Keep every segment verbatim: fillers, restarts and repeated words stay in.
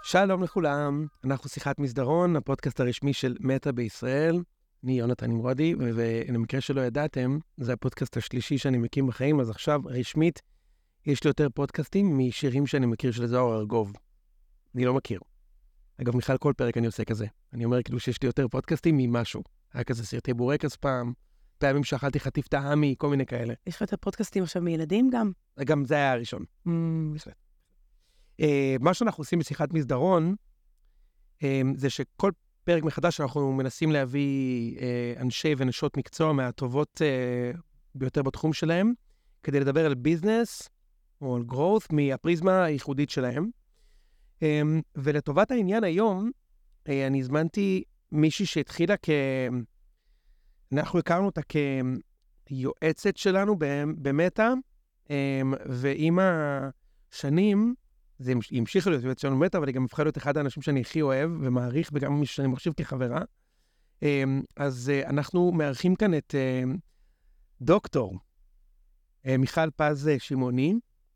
שלום לכולם, אנחנו שיחת מסדרון, הפודקאסט הרשמי של מטא בישראל. אני יונתן נמרודי, ולמקרה שלא ידעתם, זה הפודקאסט השלישי שאני מקים בחיים, אז עכשיו רשמית יש לי יותר פודקאסטים משירים שאני מכיר של זוהר ארגוב. אני לא מכיר. אגב, מיכל, כל פרק אני עושה כזה. אני אומר כאילו שיש לי יותר פודקאסטים ממשהו. היה כזה סרטי בורקס פעם, פעמים שאכלתי חטיף טעמי, כל מיני כאלה. יש לך את הפודקאסטים עכשיו מילדים גם? גם זה היה הראשון. בהחלט. מה שאנחנו עושים בשיחת מסדרון, זה שכל פרק מחדש אנחנו מנסים להביא אנשי ונשות מקצוע מהטובות ביותר בתחום שלהם, כדי לדבר על ביזנס או על growth מהפריזמה הייחודית שלהם. ולטובת העניין היום, אני הזמנתי מישהי שהתחילה כ... אנחנו הכרנו אותה כיועצת שלנו במטא, ועם השנים, זה המשיך להיות יועצת שלנו במטא, אבל היא גם הפכה להיות אחד האנשים שאני הכי אוהב ומעריך, וגם מישהו שאני מחשיב כחברה. אז אנחנו מארחים כאן את דוקטור מיכל פז שמעוני.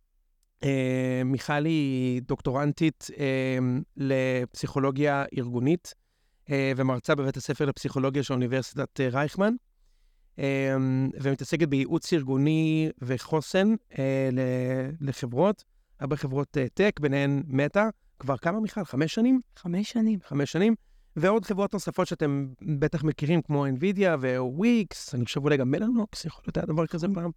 מיכל היא דוקטורנטית לפסיכולוגיה ארגונית, ומרצה בבית הספר לפסיכולוגיה של אוניברסיטת רייכמן, ומתעסקת בייעוץ ארגוני וחוסן לחברות, הרבה חברות טק, ביניהן מטא, כבר כמה מיכל? חמש שנים? חמש שנים. חמש שנים, ועוד חברות נוספות שאתם בטח מכירים, כמו NVIDIA וויקס, אני חושב אולי גם מלאנוקס, יכול להיות דבר כזה פעם.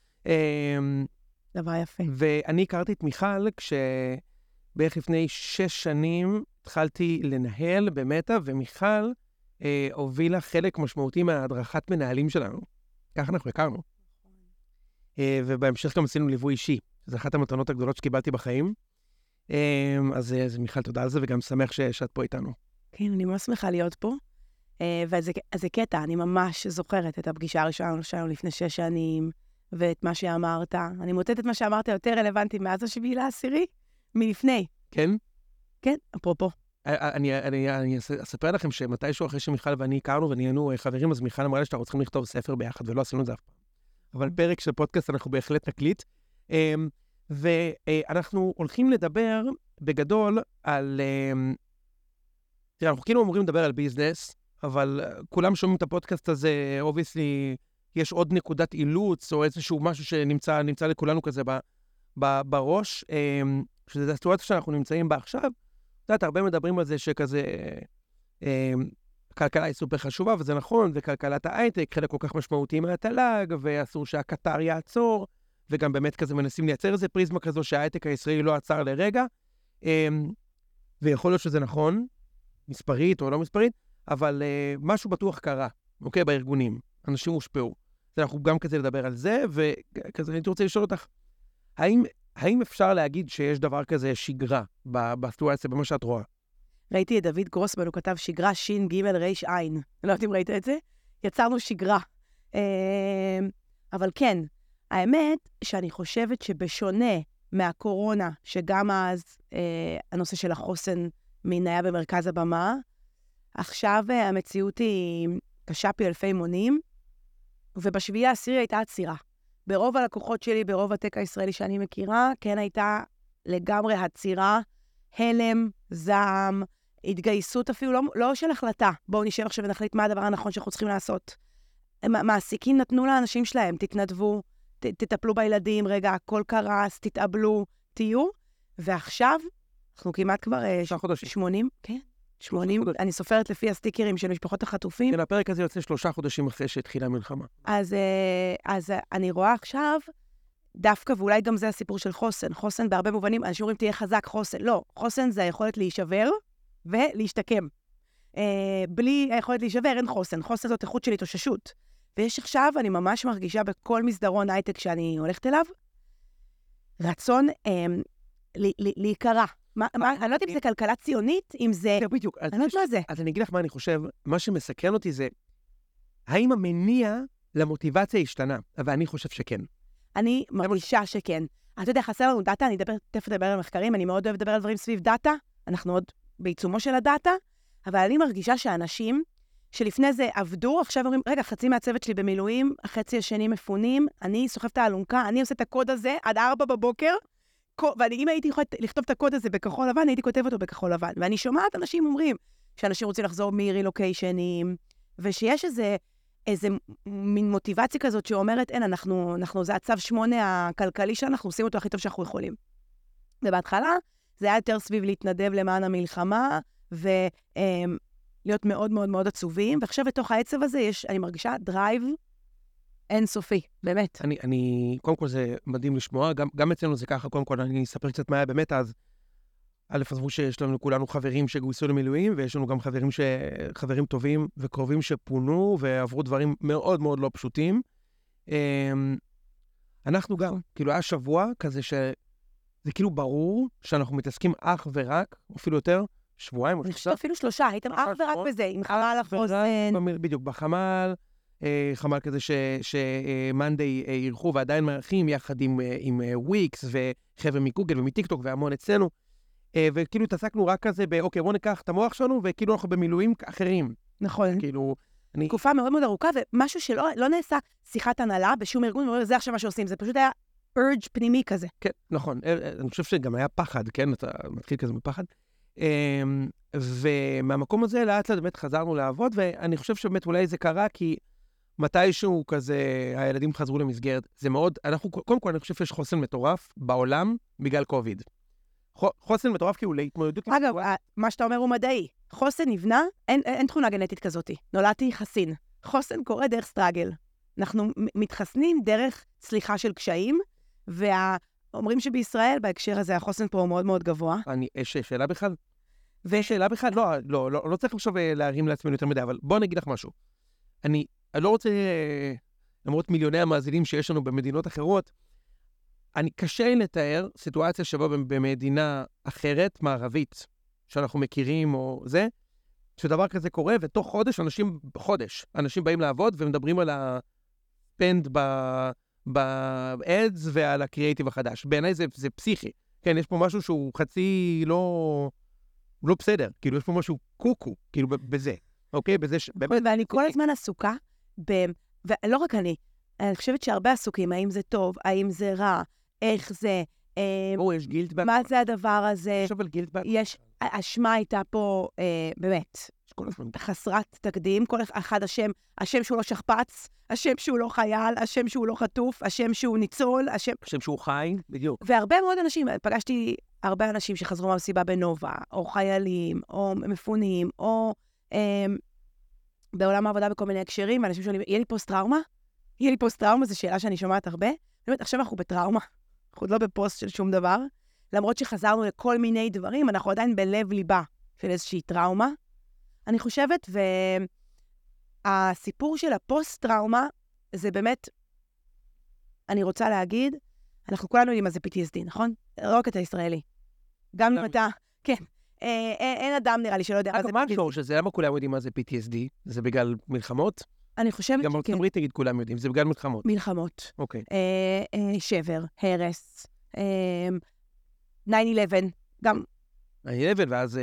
דבר יפה. ואני הכרתי את מיכל כשבערך לפני שש שנים התחלתי לנהל במטא, ומיכל אה, הובילה חלק משמעותי מההדרכת מנהלים שלנו. ככה אנחנו הכרנו. אה, ובהמשך גם עשינו ליווי אישי. זו אחת המתנות הגדולות שקיבלתי בחיים. אה, אז, אז מיכל, תודה על זה, וגם שמח שאת פה איתנו. כן, אני ממש שמחה להיות פה. אה, וזה זה קטע, אני ממש זוכרת את הפגישה הראשונה שלנו לפני שש שנים, ואת מה שאמרת. אני מוצאת את מה שאמרת יותר רלוונטי מאז השביעי לעשירי, מלפני. כן? כן, אפרופו. אני, אני, אני אספר לכם שמתישהו אחרי שמיכל ואני הכרנו ונהיינו חברים, אז מיכל אמרה לי שאנחנו צריכים לכתוב ספר ביחד, ולא עשינו את זה אף פעם. אבל פרק של פודקאסט אנחנו בהחלט נקליט. ואנחנו הולכים לדבר בגדול על... תראה, אנחנו כאילו אמורים לדבר על ביזנס, אבל כולם שומעים את הפודקאסט הזה, obviously, יש עוד נקודת אילוץ, או איזשהו משהו שנמצא נמצא לכולנו כזה ב, ב, בראש, שזה הסיטואציה שאנחנו נמצאים בה עכשיו. את יודעת, הרבה מדברים על זה שכזה, כלכלה היא סופר חשובה, וזה נכון, וכלכלת ההייטק, חלק כל כך משמעותי מהתל"ג, ואסור שהקטר יעצור, וגם באמת כזה מנסים לייצר איזה פריזמה כזו שההייטק הישראלי לא עצר לרגע, ויכול להיות שזה נכון, מספרית או לא מספרית, אבל משהו בטוח קרה, אוקיי, בארגונים, אנשים הושפעו. אז אנחנו גם כזה לדבר על זה, וכזה הייתי רוצה לשאול אותך, האם, האם אפשר להגיד שיש דבר כזה שגרה בסיטואציה, במה שאת רואה? ראיתי את דוד גרוסמן, הוא כתב שגרה שין גימל ריש עין. לא יודעת אם ראית את זה? יצרנו שגרה. אבל כן, האמת שאני חושבת שבשונה מהקורונה, שגם אז הנושא של החוסן מין היה במרכז הבמה, עכשיו המציאות היא קשה פי אלפי מונים, ובשביעי העשירי הייתה עצירה. ברוב הלקוחות שלי, ברוב הטק הישראלי שאני מכירה, כן הייתה לגמרי עצירה, הלם, זעם, התגייסות אפילו, לא, לא של החלטה. בואו נשאר עכשיו ונחליט מה הדבר הנכון שאנחנו צריכים לעשות. מעסיקים נתנו לאנשים שלהם, תתנדבו, ת, תטפלו בילדים, רגע, הכל קרס, תתאבלו, תהיו, ועכשיו, אנחנו כמעט כבר שמונים, כן, שמונים, אני סופרת לפי הסטיקרים של משפחות החטופים. כן, הפרק הזה יוצא שלושה חודשים אחרי שהתחילה המלחמה. אז, אז אני רואה עכשיו, דווקא, ואולי גם זה הסיפור של חוסן. חוסן בהרבה מובנים, אנשים אומרים תהיה חזק חוסן. לא, חוסן זה היכולת להישבר ולהשתקם. אה, בלי היכולת להישבר אין חוסן. חוסן זאת איכות של התאוששות. ויש עכשיו, אני ממש מרגישה בכל מסדרון הייטק שאני הולכת אליו, רצון אה, להיקרא. מה, מה, אני לא יודעת אם זה כלכלה ציונית, אם זה... בדיוק. אני לא יודעת מה זה. אז אני אגיד לך מה אני חושב, מה שמסכן אותי זה, האם המניע למוטיבציה השתנה? ואני חושב שכן. אני מרגישה שכן. אתה יודע, חסר לנו דאטה, אני תכף אדבר על מחקרים, אני מאוד אוהב לדבר על דברים סביב דאטה, אנחנו עוד בעיצומו של הדאטה, אבל אני מרגישה שאנשים שלפני זה עבדו, עכשיו אומרים, רגע, חצי מהצוות שלי במילואים, החצי השני מפונים, אני סוחב את האלונקה, אני עושה את הקוד הזה עד ארבע בבוקר, ואני, אם הייתי יכולת לכתוב את הקוד הזה בכחול לבן, הייתי כותב אותו בכחול לבן. ואני שומעת אנשים אומרים שאנשים רוצים לחזור מרילוקיישנים, ושיש איזה, איזה מין מוטיבציה כזאת שאומרת, אין, אנחנו, אנחנו, זה הצו שמונה הכלכלי שאנחנו עושים אותו הכי טוב שאנחנו יכולים. ובהתחלה, זה היה יותר סביב להתנדב למען המלחמה, ולהיות מאוד מאוד מאוד עצובים, ועכשיו בתוך העצב הזה יש, אני מרגישה, דרייב אינסופי, באמת. אני, אני, קודם כל זה מדהים לשמוע, גם, גם אצלנו זה ככה, קודם כל אני אספר קצת מה היה באמת אז, א', עזבו שיש לנו כולנו חברים שגויסו למילואים, ויש לנו גם חברים, ש... חברים טובים וקרובים שפונו, ועברו דברים מאוד מאוד לא פשוטים. אנחנו גם, כאילו היה שבוע כזה שזה כאילו ברור שאנחנו מתעסקים אך ורק, אפילו יותר, שבועיים או שלושה. אני חושבת אפילו שלושה, הייתם אך ורק בזה, עם חמל החוסן. בדיוק, בחמל, חמל כזה שמנדי ירחו ועדיין מערכים, יחד עם וויקס וחבר'ה מגוגל ומטיקטוק והמון אצלנו. וכאילו התעסקנו רק כזה באוקיי, בוא ניקח את המוח שלנו, וכאילו אנחנו במילואים אחרים. נכון. כאילו, אני... תקופה מאוד מאוד ארוכה, ומשהו שלא לא נעשה שיחת הנהלה בשום ארגון, ואומר, זה עכשיו מה שעושים, זה פשוט היה urge פנימי כזה. כן, נכון. אני חושב שגם היה פחד, כן? אתה מתחיל כזה בפחד. ומהמקום הזה לאט לאט באמת חזרנו לעבוד, ואני חושב שבאמת אולי זה קרה, כי מתישהו כזה, הילדים חזרו למסגרת. זה מאוד, אנחנו, קודם כל אני חושב שיש חוסן מטורף בעולם בגלל קוביד. חוסן מטורף כאילו להתמודדות. אגב, מה שאתה אומר הוא מדעי. חוסן נבנה, אין, אין תכונה גנטית כזאת. נולדתי חסין. חוסן קורה דרך סטרגל. אנחנו מתחסנים דרך סליחה של קשיים, ואומרים שבישראל, בהקשר הזה, החוסן פה הוא מאוד מאוד גבוה. אני, יש שאלה בכלל? ויש שאלה בכלל? לא, לא, לא, לא צריך לחשוב להרים לעצמנו יותר מדי, אבל בוא נגיד לך משהו. אני, אני לא רוצה, למרות מיליוני המאזינים שיש לנו במדינות אחרות, אני קשה לתאר סיטואציה שבה במדינה אחרת, מערבית, שאנחנו מכירים או זה, שדבר כזה קורה, ותוך חודש, אנשים, חודש, אנשים באים לעבוד ומדברים על הפנד ב-ads ועל הקריאייטיב החדש. בעיניי זה, זה פסיכי. כן, יש פה משהו שהוא חצי לא, לא בסדר. כאילו, יש פה משהו קוקו, כאילו, בזה. אוקיי? בזה ש... באמת. ואני כל הזמן עסוקה, ב... ולא רק אני, אני חושבת שהרבה עסוקים, האם זה טוב, האם זה רע, איך זה, או, יש גילד מה זה הדבר הזה, יש אבל גילד בעד. יש, השמה הייתה פה, באמת, חסרת תקדים, כל אחד השם, השם שהוא לא שכפץ, השם שהוא לא חייל, השם שהוא לא חטוף, השם שהוא ניצול, השם... השם שהוא חי, בדיוק. והרבה מאוד אנשים, פגשתי הרבה אנשים שחזרו מהמסיבה בנובה, או חיילים, או מפונים, או אה, בעולם העבודה בכל מיני הקשרים, ואנשים שואלים, יהיה לי פוסט-טראומה? יהיה לי פוסט-טראומה, זו שאלה שאני שומעת הרבה. באמת, עכשיו אנחנו בטראומה, אנחנו עוד לא בפוסט של שום דבר, למרות שחזרנו לכל מיני דברים, אנחנו עדיין בלב ליבה של איזושהי טראומה. אני חושבת, והסיפור של הפוסט-טראומה, זה באמת, אני רוצה להגיד, אנחנו כולנו יודעים מה זה פי טי אס די, נכון? לא רק את הישראלי. גם אם אתה, כן, אין אדם נראה לי שלא יודע מה זה פי טי אס די. מה השור שזה, למה כולם יודעים מה זה פי טי אס די? זה בגלל מלחמות? אני חושבת שכן. גם ארצות הברית תגיד כולם יודעים, זה בגלל מלחמות. מלחמות. אוקיי. שבר, הרס, תשע אחת עשרה, גם... תשע אחת עשרה, ואז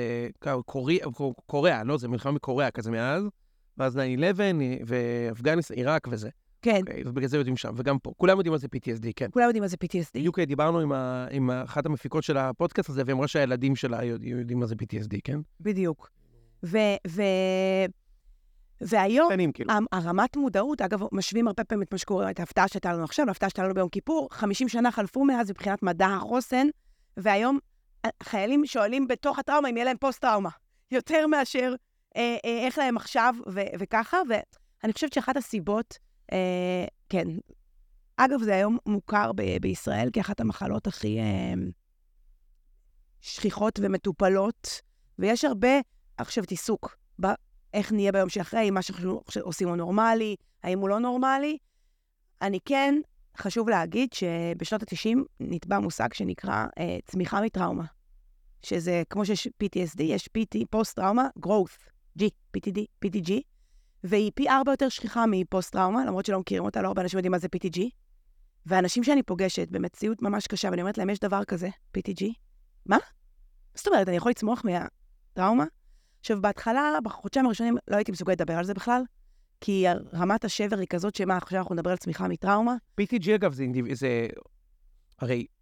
קוריאה, לא, זה מלחמה מקוריאה כזה מאז, ואז תשע אחת עשרה ואפגניסטן, עיראק וזה. כן. אז בגלל זה יודעים שם, וגם פה. כולם יודעים מה זה פי טי אס די, כן. כולם יודעים מה זה פי טי אס די. בדיוק דיברנו עם אחת המפיקות של הפודקאסט הזה, ואמרה שהילדים שלה יודעים מה זה פי טי אס די, כן? בדיוק. והיום, הרמת מודעות, אגב, משווים הרבה פעמים את מה שקורה, את ההפתעה שהייתה לנו עכשיו, ההפתעה שהייתה לנו ביום כיפור, חמישים שנה חלפו מאז מבחינת מדע החוסן, והיום חיילים שואלים בתוך הטראומה אם יהיה להם פוסט-טראומה, יותר מאשר אה, אה, איך להם עכשיו ו- וככה, ואני חושבת שאחת הסיבות, אה, כן, אגב, זה היום מוכר ב- בישראל, כאחת המחלות הכי אה, שכיחות ומטופלות, ויש הרבה, אני חושבת, עיסוק ב... איך נהיה ביום שאחרי, מה שאנחנו עושים הוא נורמלי, האם הוא לא נורמלי. אני כן, חשוב להגיד שבשנות ה-תשעים נטבע מושג שנקרא אה, צמיחה מטראומה. שזה, כמו שיש פי טי אס די, יש פי טי, פוסט-טראומה, growth, G, פי טי די, פי טי ג'י, והיא פי ארבע יותר שכיחה מפוסט-טראומה, למרות שלא מכירים אותה, לא הרבה אנשים יודעים מה זה פי טי ג'י. ואנשים שאני פוגשת במציאות ממש קשה, ואני אומרת להם, יש דבר כזה, פי טי ג'י? מה? זאת אומרת, אני יכול לצמוח מהטראומה? עכשיו, בהתחלה, בחודשיים הראשונים, לא הייתי מסוגלת לדבר על זה בכלל, כי רמת השבר היא כזאת שמה, עכשיו אנחנו נדבר על צמיחה מטראומה. פי טי ג'י, אגב, זה, זה... הרי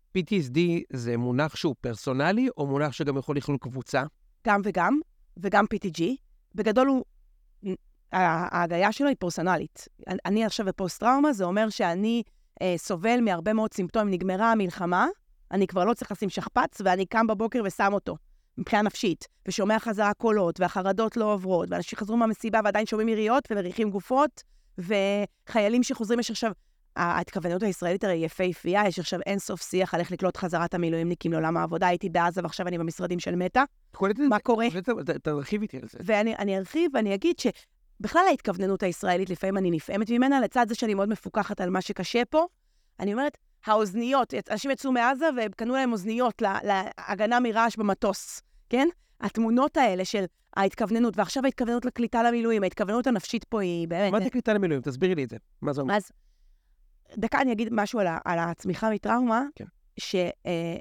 פי טי אס די זה מונח שהוא פרסונלי, או מונח שגם יכול לכלול קבוצה? גם וגם, וגם פי טי ג'י. בגדול הוא, ההגיה שלו היא פרסונלית. אני עכשיו בפוסט-טראומה, זה אומר שאני אה, סובל מהרבה מאוד סימפטומים, נגמרה המלחמה, אני כבר לא צריך לשים שכפץ, ואני קם בבוקר ושם אותו, מבחינה נפשית, ושומע חזרה קולות, והחרדות לא עוברות, ואנשים חזרו מהמסיבה ועדיין שומעים יריות, ומריחים גופות, וחיילים שחוזרים, יש עכשיו, ההתכוונות הישראלית הרי יפהפייה, יש עכשיו אין סוף שיח על איך לקלוט חזרת המילואימניקים לעולם העבודה, הייתי בעזה ועכשיו אני במשרדים של מטה. מה קורה? תרחיב איתי על זה. ואני ארחיב ואני אגיד שבכלל ההתכווננות הישראלית, לפעמים אני נפעמת ממנה, לצד זה שאני מאוד מפוקחת על מה שקשה פה, אני אומרת, האוזניות, אנשים יצאו מעזה וקנו להם אוזניות להגנה מרעש במטוס, כן? התמונות האלה של ההתכווננות, ועכשיו ההתכווננות לקליטה למילואים, ההתכווננות הנפשית פה היא באמת... מה זה קליטה למילואים? תסבירי לי את זה. מה זה אומר? אז דקה אני אגיד משהו על, על הצמיחה מטראומה, כן. שהיא...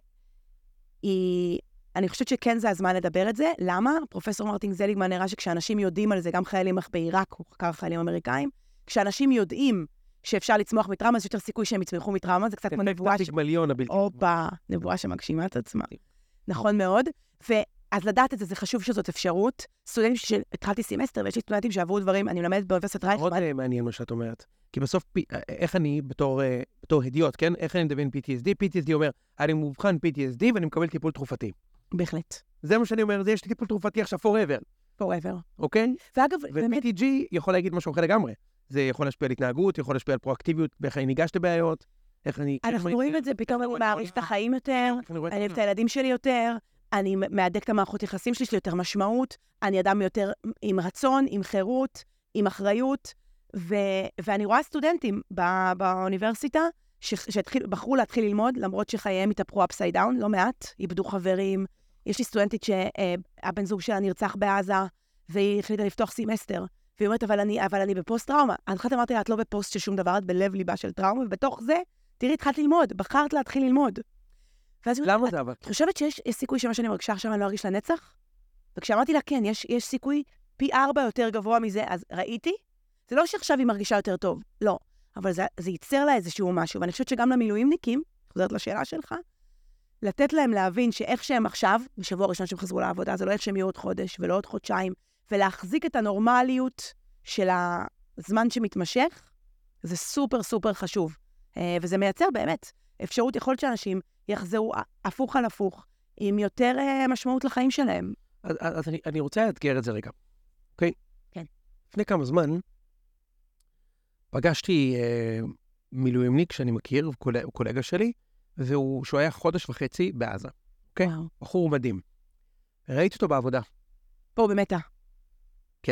אני חושבת שכן זה הזמן לדבר את זה. למה? פרופסור מרטין זליגמן נראה שכשאנשים יודעים על זה, גם חיילים בעיראק, הוא חקר חיילים אמריקאים, כשאנשים יודעים שאפשר לצמוח מטראומה, אז יותר סיכוי שהם יצמחו מטראומה, זה קצת כמו נבואה... ש... אופה, נבואה שמגשימה את עצמה. נכון מאוד. ואז לדעת את זה, זה חשוב שזאת אפשרות. סטודנטים שהתחלתי סמסטר, ויש לי סטודנטים שעברו דברים, אני מלמדת באוניברסיטת רייכמן. מאוד מעניין מה שאת אומרת. כי בסוף, איך אני, בתור, בתור הדיוט, כן? איך אני מדבר פי טי אס די? פי טי אס די אומר, אני מובחן פי טי אס די ואני מקבל טיפול תרופתי. בהחלט. זה מה שאני אומר, זה יש לי טיפול תרופתי עכשיו forever. forever. אוקיי? ואגב, ו-פי טי ג'י יכול להגיד משהו אחר לגמרי. זה יכול להשפיע על התנהגות, יכול להשפיע על פרואקטיביות, איך אני ניגש לבעיות, איך אני... אנחנו רואים את זה, פתאום אני מעריך את החיים יותר, אני אוהב את הילדים שלי יותר, אני מהדק את המערכות יחסים שלי, יש לי יותר משמעות, אני אדם יותר עם רצון, עם חירות, עם אחריות, ואני רואה סטודנטים באוניברסיטה, שבחרו להתחיל ללמוד, למרות שחייהם התהפכו upside down, לא מעט, איבדו חברים. יש לי סטודנטית שהבן זוג שלה נרצח בעזה, והיא החליטה לפתוח סמסטר. והיא אומרת, אבל אני, אבל אני בפוסט-טראומה. אני התחלת אמרתי לה, את לא בפוסט של שום דבר, את בלב ליבה של טראומה, ובתוך זה, תראי, התחלת ללמוד, בחרת להתחיל ללמוד. למה זה אבל? את חושבת שיש סיכוי שמה שאני מרגישה עכשיו אני לא ארגיש לנצח? וכשאמרתי לה, כן, יש, יש סיכוי פי ארבע יותר גבוה מזה, אז ראיתי? זה לא שעכשיו היא מרגישה יותר טוב, לא. אבל זה, זה ייצר לה איזשהו משהו, ואני חושבת שגם למילואימניקים, חוזרת לשאלה שלך, לתת להם להבין שאיך שהם עכשיו, בשבוע הראשון שהם חזרו לעבודה, זה לא איך שהם יהיו עוד חודש ולא עוד חודשיים, ולהחזיק את הנורמליות של הזמן שמתמשך, זה סופר סופר חשוב. וזה מייצר באמת אפשרות, יכול להיות שאנשים יחזרו הפוך על הפוך, עם יותר משמעות לחיים שלהם. אז, אז אני, אני רוצה לאתגר את זה רגע, אוקיי? כן. לפני כמה זמן, פגשתי אה, מילואימניק שאני מכיר, הוא קולג, הוא קולגה שלי, והוא, שהוא היה חודש וחצי בעזה, אוקיי? וואו. בחור מדהים. ראיתי אותו בעבודה. פה במטה. כן.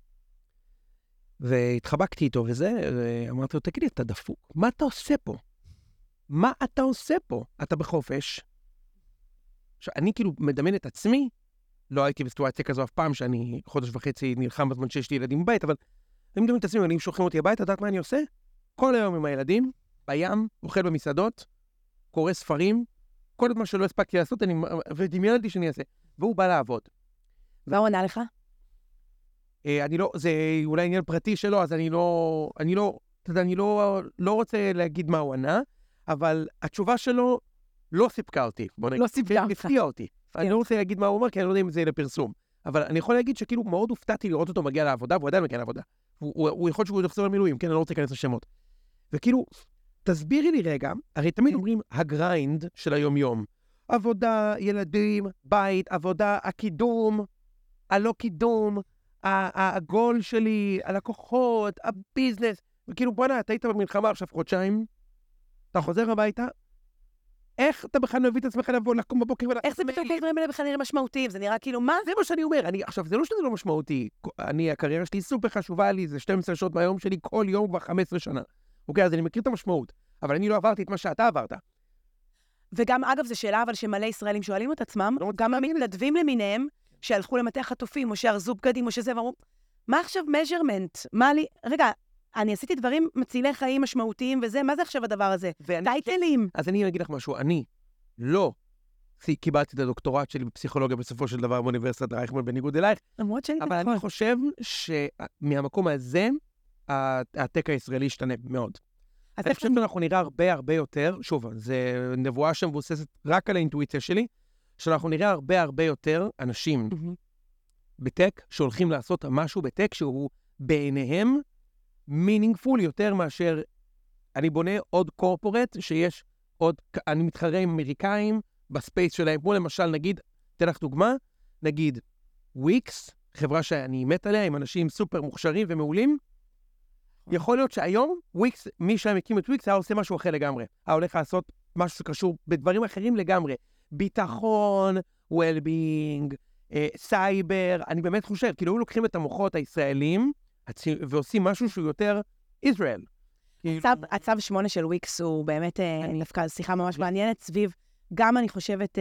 והתחבקתי איתו וזה, ואמרתי לו, תגידי, אתה דפוק, מה אתה עושה פה? מה אתה עושה פה? אתה בחופש. עכשיו, אני כאילו מדמיין את עצמי, לא הייתי בסיטואציה כזו אף פעם, שאני חודש וחצי נלחם בזמן שיש לי ילדים בבית, אבל אני מדמיין את עצמי, אני שולחים אותי הביתה, יודעת מה אני עושה? כל היום עם הילדים, בים, אוכל במסעדות, קורא ספרים, כל מה שלא הספקתי לעשות, אני, ודמיינתי שאני אעשה. והוא בא לעבוד. מה הוא ענה לך? אני לא, זה אולי עניין פרטי שלו, אז אני לא, אני לא, אתה יודע, אני לא, לא רוצה להגיד מה הוא ענה, אבל התשובה שלו לא סיפקה אותי. לא סיפקה אותך. הפתיעה אותי. אני לא רוצה להגיד מה הוא אומר, כי אני לא יודע אם זה לפרסום. אבל אני יכול להגיד שכאילו מאוד הופתעתי לראות אותו מגיע לעבודה, והוא עדיין מגיע לעבודה. הוא, הוא, הוא יכול שהוא יחזור למילואים, כן, אני לא רוצה להיכנס לשמות. וכאילו, תסבירי לי רגע, הרי תמיד אומרים הגריינד של היום-יום. עבודה, ילדים, בית, עבודה, הקידום, הלא קידום, הגול שלי, הלקוחות, הביזנס. וכאילו, בוא'נה, אתה היית במלחמה עכשיו חודשיים, אתה חוזר הביתה, איך אתה בכלל מביא את עצמך לבוא, לקום בבוקר ולה... איך זה פתאום דברים האלה בכלל נראה משמעותיים? זה נראה כאילו, מה? זה מה שאני אומר. אני, עכשיו, זה לא שזה לא משמעותי. אני, הקריירה שלי סופר חשובה לי, זה שתים עשרה שעות מהיום שלי, כל יום כבר חמש עשרה שנה. אוקיי, אז אני מכיר את המשמעות. אבל אני לא עברתי את מה שאתה עברת. וגם, אגב, זו שאלה, אבל שמלא ישראלים שואלים את עצמם, לא גם המתנדבים למיניהם, שהלכו למטה חטופים, או שארזו בגדים, או שזה, ואמרו, מה עכשיו measurement? מה לי... רגע, אני עשיתי דברים מצילי חיים משמעותיים, וזה, מה זה עכשיו הדבר הזה? טייטלים. אז אני אגיד לך משהו, אני לא קיבלתי את הדוקטורט שלי בפסיכולוגיה בסופו של דבר באוניברסיטת רייכמן בניגוד אלייך, למרות שאני אבל אני חושב שמהמקום הזה, הטק הישראלי ישתנה מאוד. אני חושב שאנחנו נראה הרבה הרבה יותר, שוב, זו נבואה שמבוססת רק על האינטואיציה שלי, שאנחנו נראה הרבה הרבה יותר אנשים בטק שהולכים לעשות משהו בטק שהוא בעיניהם meaningful יותר מאשר אני בונה עוד קורפורט שיש עוד, אני מתחרה עם אמריקאים בספייס שלהם, כמו למשל נגיד, אתן לך דוגמה, נגיד וויקס, חברה שאני מת עליה עם אנשים סופר מוכשרים ומעולים, יכול להיות שהיום וויקס, מי שהם הקים את וויקס היה עושה משהו אחר לגמרי, היה הולך לעשות משהו שקשור בדברים אחרים לגמרי, ביטחון, well-being, אה, סייבר, אני באמת חושב, כאילו לוקחים את המוחות הישראלים ועושים משהו שהוא יותר ישראל. הצו שמונה של וויקס הוא באמת דווקא שיחה ממש מעניינת, סביב גם אני חושבת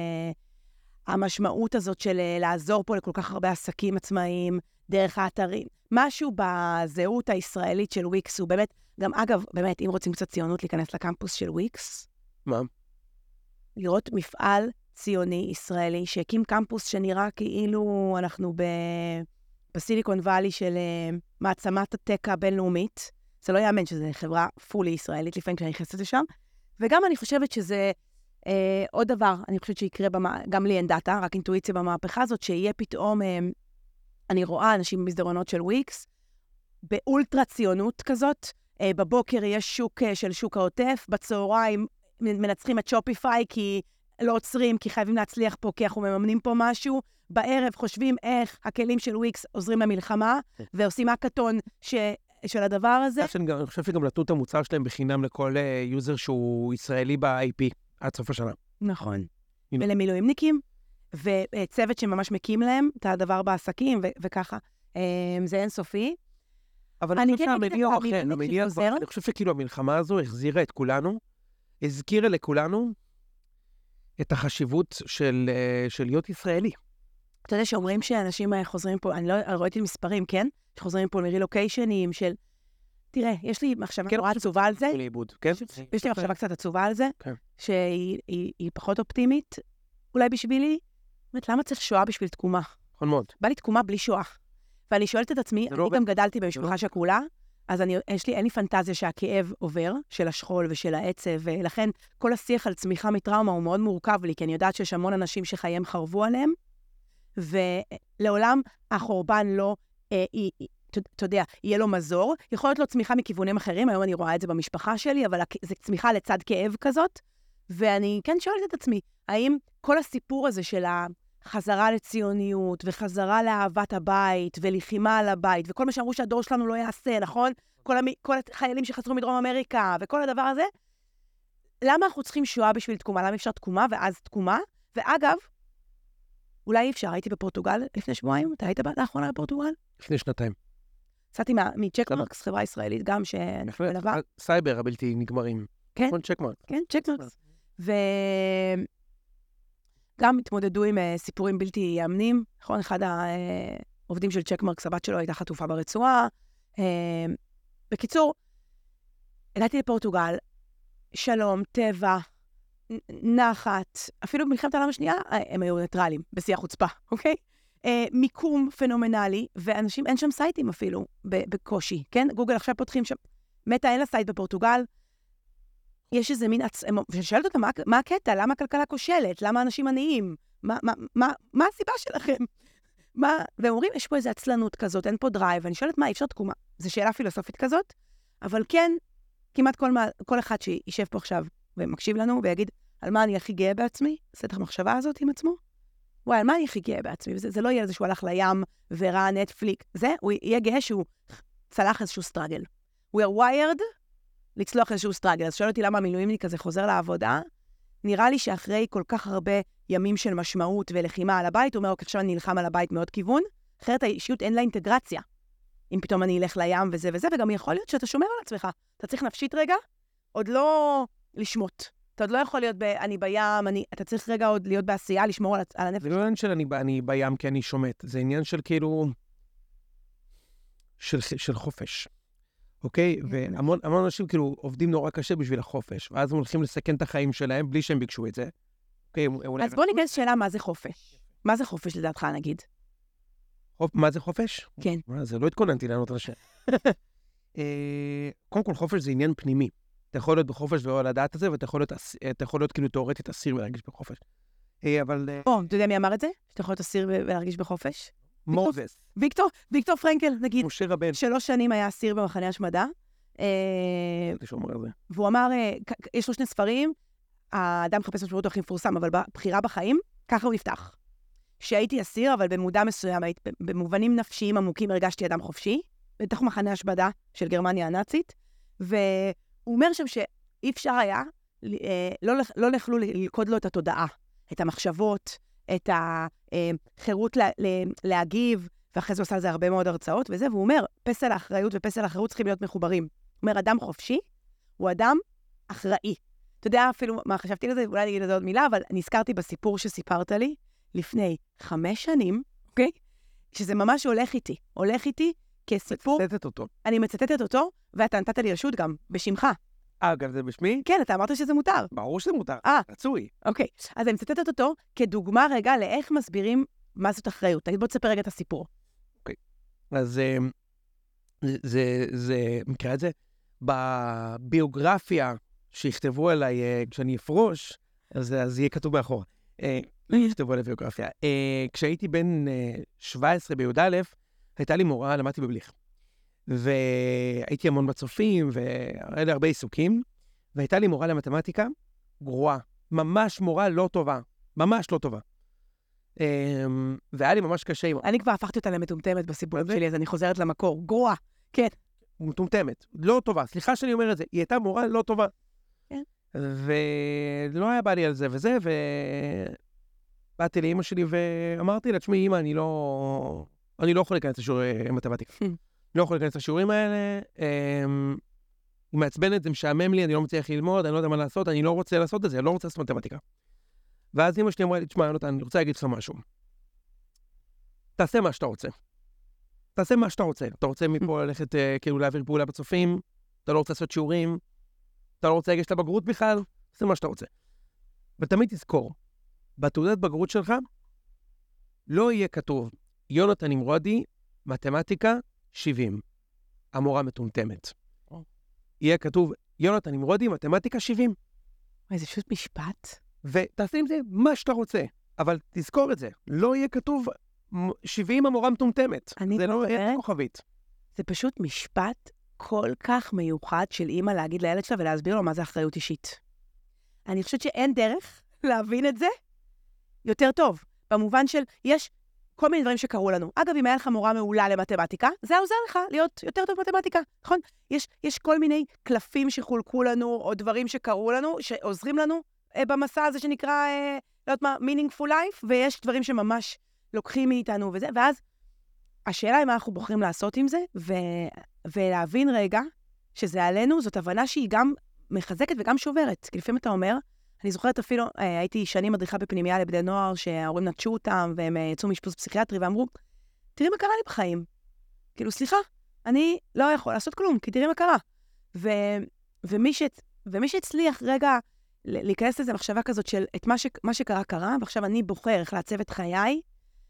המשמעות הזאת של לעזור פה לכל כך הרבה עסקים עצמאיים, דרך האתרים. משהו בזהות הישראלית של וויקס הוא באמת, גם אגב, באמת, אם רוצים קצת ציונות להיכנס לקמפוס של וויקס, מה? לראות מפעל ציוני ישראלי שהקים קמפוס שנראה כאילו אנחנו ב... בסיליקון ואלי של מעצמת הטק הבינלאומית. זה לא יאמן שזו חברה פולי ישראלית, לפעמים כשאני נכנסת לשם. וגם אני חושבת שזה אה, עוד דבר, אני חושבת שיקרה, במה, גם לי אין דאטה, רק אינטואיציה במהפכה הזאת, שיהיה פתאום, אה, אני רואה אנשים במסדרונות של וויקס, באולטרה ציונות כזאת, אה, בבוקר יש שוק אה, של שוק העוטף, בצהריים מנצחים את שופיפיי, כי לא עוצרים, כי חייבים להצליח פה, כי אנחנו מממנים פה משהו, בערב חושבים איך הכלים של וויקס עוזרים למלחמה, ועושים הקטון ש... של הדבר הזה. אני חושב שגם נתנו את המוצר שלהם בחינם לכל יוזר שהוא ישראלי ב-איי פי עד סוף השנה. נכון. ולמילואימניקים, וצוות שממש מקים להם את הדבר בעסקים, וככה. זה אינסופי. אבל אני חושב שהמיליה אחר, אני חושב שכאילו המלחמה הזו החזירה את כולנו, הזכירה לכולנו את החשיבות של להיות ישראלי. אתה יודע שאומרים שאנשים חוזרים פה, אני לא ראיתי מספרים, כן? שחוזרים פה מרילוקיישנים של... תראה, יש לי מחשבה נורא עצובה על זה. יש לי מחשבה קצת עצובה על זה, שהיא פחות אופטימית, אולי בשבילי. באמת, למה צריך שואה בשביל תקומה? נכון מאוד. בא לי תקומה בלי שואה. ואני שואלת את עצמי, אני גם גדלתי במשפחה שכולה, אז אין לי פנטזיה שהכאב עובר, של השכול ושל העצב, ולכן כל השיח על צמיחה מטראומה הוא מאוד מורכב לי, כי אני יודעת שיש המון אנשים שחייהם חרבו עליהם, ולעולם החורבן לא, אתה יודע, יהיה לו מזור. יכול להיות לו צמיחה מכיוונים אחרים, היום אני רואה את זה במשפחה שלי, אבל זה צמיחה לצד כאב כזאת, ואני כן שואלת את עצמי, האם כל הסיפור הזה של החזרה לציוניות, וחזרה לאהבת הבית, ולחימה על הבית, וכל מה שאמרו שהדור שלנו לא יעשה, נכון? כל, המ... כל החיילים שחזרו מדרום אמריקה, וכל הדבר הזה, למה אנחנו צריכים שואה בשביל תקומה? למה אפשר תקומה ואז תקומה? ואגב, אולי אי אפשר, הייתי בפורטוגל לפני שבועיים, אתה היית לאחרונה בפורטוגל? לפני שנתיים. יצאתי מצ'קמרקס, חברה ישראלית, גם שמלווה. סייבר הבלתי נגמרים. כן. צ'קמרקס. כן, צ'קמרקס. וגם התמודדו עם סיפורים בלתי יאמנים. נכון, אחד העובדים של צ'קמרקס, הבת שלו הייתה חטופה ברצועה. בקיצור, הגעתי לפורטוגל, שלום, טבע, נחת, אפילו במלחמת העולם השנייה, הם היו ניטרלים, בשיא החוצפה, אוקיי? אה, מיקום פנומנלי, ואנשים, אין שם סייטים אפילו, בקושי, כן? גוגל עכשיו פותחים שם, מטה אין לה סייט בפורטוגל, יש איזה מין, עצ... ושאלת אותה, מה, מה הקטע? למה הכלכלה כושלת? למה אנשים עניים? מה, מה, מה, מה הסיבה שלכם? מה? והם אומרים, יש פה איזו עצלנות כזאת, אין פה דרייב, ואני שואלת, מה, אי אפשר תקומה? זו שאלה פילוסופית כזאת, אבל כן, כמעט כל, כל אחד שישב פה עכשיו ומקשיב לנו ויגיד, על מה אני הכי גאה בעצמי? עושה את המחשבה הזאת עם עצמו? וואי, על מה אני הכי גאה בעצמי? וזה, זה לא יהיה איזה שהוא הלך לים וראה נטפליק. זה, הוא יהיה גאה שהוא צלח איזשהו סטרגל. We are wired לצלוח איזשהו סטרגל. אז שואל אותי למה המילואימניק הזה חוזר לעבודה. נראה לי שאחרי כל כך הרבה ימים של משמעות ולחימה על הבית, הוא אומר, אוקיי, עכשיו אני נלחם על הבית מאוד כיוון, אחרת האישיות אין לה אינטגרציה. אם פתאום אני אלך לים וזה וזה, וגם יכול להיות שאתה שומר על עצמך. אתה צריך נפשית רגע, עוד לא לשמוט. אתה עוד לא יכול להיות, ב, אני בים, אני, אתה צריך רגע עוד להיות בעשייה, לשמור על, על הנפש. זה לא עניין של אני, אני בים כי אני שומט, זה עניין של כאילו, של, של חופש, אוקיי? והמון המון אנשים כאילו עובדים נורא קשה בשביל החופש, ואז הם הולכים לסכן את החיים שלהם בלי שהם ביקשו את זה. אוקיי, אז בוא ניגש שאלה, מה זה חופש? מה זה חופש לדעתך, נגיד? חופ, מה זה חופש? כן. מה, זה לא התכוננתי לענות על השאלה. קודם כל, חופש זה עניין פנימי. אתה יכול להיות בחופש ולא לדעת את זה, ואתה יכול להיות, אתה יכול להיות כאילו תיאורטית אסיר ולהרגיש בחופש. אבל... או, אתה יודע מי אמר את זה? שאתה יכול להיות אסיר ולהרגיש בחופש? מוזס. ויקטור, ויקטור פרנקל, נגיד. משה רבן. שלוש שנים היה אסיר במחנה השמדה. והוא אמר, יש לו שני ספרים, האדם מחפש משמעות הכי מפורסם, אבל בבחירה בחיים, ככה הוא נפתח. שהייתי אסיר, אבל במודע מסוים, במובנים נפשיים עמוקים, הרגשתי אדם חופשי, בתוך מחנה השמדה של גרמניה הנאצית, והוא אומר שם שאי אפשר היה, לא, לא יכלו ללכוד לו את התודעה, את המחשבות, את החירות לה, להגיב, ואחרי זה עושה על זה הרבה מאוד הרצאות, וזה, והוא אומר, פסל האחריות ופסל האחריות צריכים להיות מחוברים. הוא אומר, אדם חופשי הוא אדם אחראי. אתה יודע אפילו מה חשבתי לזה, אולי אני אגיד לזה עוד מילה, אבל נזכרתי בסיפור שסיפרת לי לפני חמש שנים, אוקיי? שזה ממש הולך איתי. הולך איתי כסיפור... מצטטת אותו. אני מצטטת אותו, ואתה נתת לי רשות גם, בשמך. אה, גם זה בשמי? כן, אתה אמרת שזה מותר. ברור שזה מותר. אה. רצוי. אוקיי. אז אני מצטטת אותו כדוגמה רגע לאיך מסבירים מה זאת אחריות. תגיד, בוא תספר רגע את הסיפור. אוקיי. אז זה, זה, זה, מכירה את זה? בביוגרפיה שיכתבו עליי כשאני אפרוש, אז זה יהיה כתוב מאחור. יכתבו עליי ביוגרפיה. כשהייתי בן שבע עשרה בי"א, הייתה לי מורה, למדתי בבליך. והייתי המון בצופים, והיה לי הרבה עיסוקים, והייתה לי מורה למתמטיקה גרועה. ממש מורה לא טובה. ממש לא טובה. והיה לי ממש קשה. אני כבר הפכתי אותה למטומטמת בסיפור שלי, אז אני חוזרת למקור. גרועה. כן. מטומטמת. לא טובה. סליחה שאני אומר את זה. היא הייתה מורה לא טובה. כן. ולא היה בא לי על זה וזה, ובאתי לאמא שלי ואמרתי לה, תשמעי, אמא, אני לא... אני לא יכול להיכנס לשיעורי מתמטיקה. לא יכול להיכנס לשיעורים האלה. היא מעצבנת, זה משעמם לי, אני לא מצליח ללמוד, אני לא יודע מה לעשות, אני לא רוצה לעשות את זה, אני לא רוצה לעשות מתמטיקה. ואז אמא שלי אמרה לי, תשמע, יונתן, אני רוצה להגיד לך משהו. תעשה מה שאתה רוצה. תעשה מה שאתה רוצה. אתה רוצה מפה ללכת, כאילו, להעביר פעולה בצופים, אתה לא רוצה לעשות שיעורים, אתה לא רוצה לגשת לבגרות בכלל, תעשה מה שאתה רוצה. ותמיד תזכור, בתעודת בגרות שלך, לא יהיה כתוב, יונתן נמרודי, מתמטיקה, שבעים. המורה מטומטמת. יהיה כתוב, יונתן נמרודי, מתמטיקה, שבעים. זה פשוט משפט. ותעשה עם זה מה שאתה רוצה, אבל תזכור את זה. לא יהיה כתוב, שבעים המורה מטומטמת. זה לא יהיה כוכבית. זה פשוט משפט כל כך מיוחד של אימא להגיד לילד שלה ולהסביר לו מה זה אחריות אישית. אני חושבת שאין דרך להבין את זה יותר טוב. במובן של, יש כל מיני דברים שקרו לנו. אגב, אם היה לך מורה מעולה למתמטיקה, זה עוזר לך להיות יותר טוב במתמטיקה, נכון? יש, יש כל מיני קלפים שחולקו לנו, או דברים שקרו לנו, שעוזרים לנו אה, במסע הזה שנקרא, אה, לא יודעת מה, meaningful life, ויש דברים שממש לוקחים מאיתנו וזה, ואז השאלה היא מה אנחנו בוחרים לעשות עם זה, ו... ולהבין רגע שזה עלינו, זאת הבנה שהיא גם מחזקת וגם שוברת. כי לפעמים אתה אומר, אני זוכרת אפילו, הייתי שנים מדריכה בפנימיה לבני נוער, שההורים נטשו אותם, והם יצאו מאשפוז פסיכיאטרי, ואמרו, תראי מה קרה לי בחיים. כאילו, סליחה, אני לא יכול לעשות כלום, כי תראי מה קרה. ו... ומי, ש... ומי שהצליח רגע להיכנס לזה מחשבה כזאת של את מה, ש... מה שקרה קרה, ועכשיו אני בוחר איך לעצב את חיי,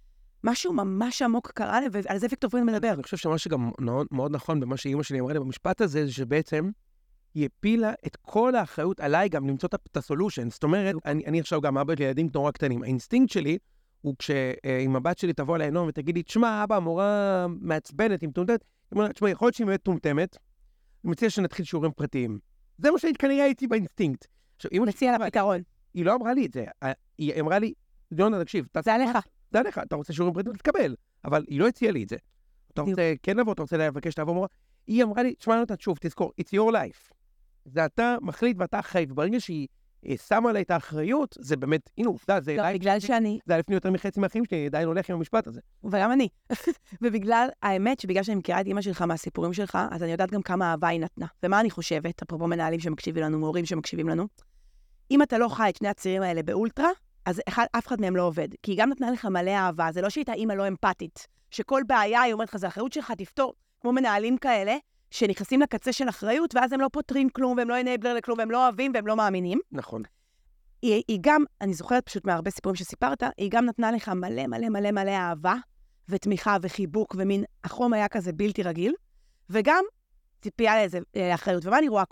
משהו ממש עמוק קרה לי, ועל זה ויקטור פרנקל מדבר. אני חושב שמה שגם מאוד נכון במה שאמא שלי אמרה לי במשפט הזה, זה שבעצם היא הפילה את כל האחריות עליי גם למצוא את הסולושן. זאת אומרת, אני, אני עכשיו גם אבא לילדים נורא קטנים. האינסטינקט שלי הוא כשאם הבת שלי תבוא אליי נום ותגיד לי, תשמע, אבא, מורה מעצבנת, היא מטומטמת, היא אומרת, תשמע, יכול להיות שהיא באמת טומטמת, אני מציע שנתחיל שיעורים פרטיים. זה מה שכנראה הייתי באינסטינקט. מציע לה פתרון. היא לא אמרה לי את זה. היא אמרה לי, יונה, תקשיב, זה עליך. זה עליך, אתה רוצה שיעורים פרטיים, תקבל. אבל היא לא הציעה לי את זה. אתה רוצה כן לבוא, אתה רוצה לבקש לעבור מורה. היא אמרה לי, תשמע, אתה שוב, תזכור, it's your life. זה אתה מחליט ואתה אחראי, וברגע שהיא שמה עליי את האחריות, זה באמת, הנה, עובדה, זה... לא, בגלל שאני... זה היה לפני יותר מחצי מהחיים שלי, עדיין הולך עם המשפט הזה. וגם אני. ובגלל, האמת שבגלל שאני מכירה את אמא שלך מהסיפורים שלך, אז אני יודעת גם כמה אהבה היא נתנה. ומה אני חושבת, אפרופו מנהלים שמקשיבים לנו, מורים שמקשיבים לנו, אם אתה לא חי את שני הצירים האלה באולטרה, אז אחד, אף אחד מהם לא עובד. כי היא גם נתנה לך מלא אהבה, זה לא שהייתה אמא לא אמפתית, שכל בעיה היא אומרת לך, זה האחריות שלך, תפתור, כמו מנהלים כאלה, שנכנסים לקצה של אחריות, ואז הם לא פותרים כלום, והם לא אנבלר לכלום, והם לא אוהבים, והם לא מאמינים. נכון. היא, היא גם, אני זוכרת פשוט מהרבה סיפורים שסיפרת, היא גם נתנה לך מלא מלא מלא מלא אהבה, ותמיכה וחיבוק, ומין החום היה כזה בלתי רגיל, וגם ציפייה לאיזה אחריות. ומה אני רואה קורה?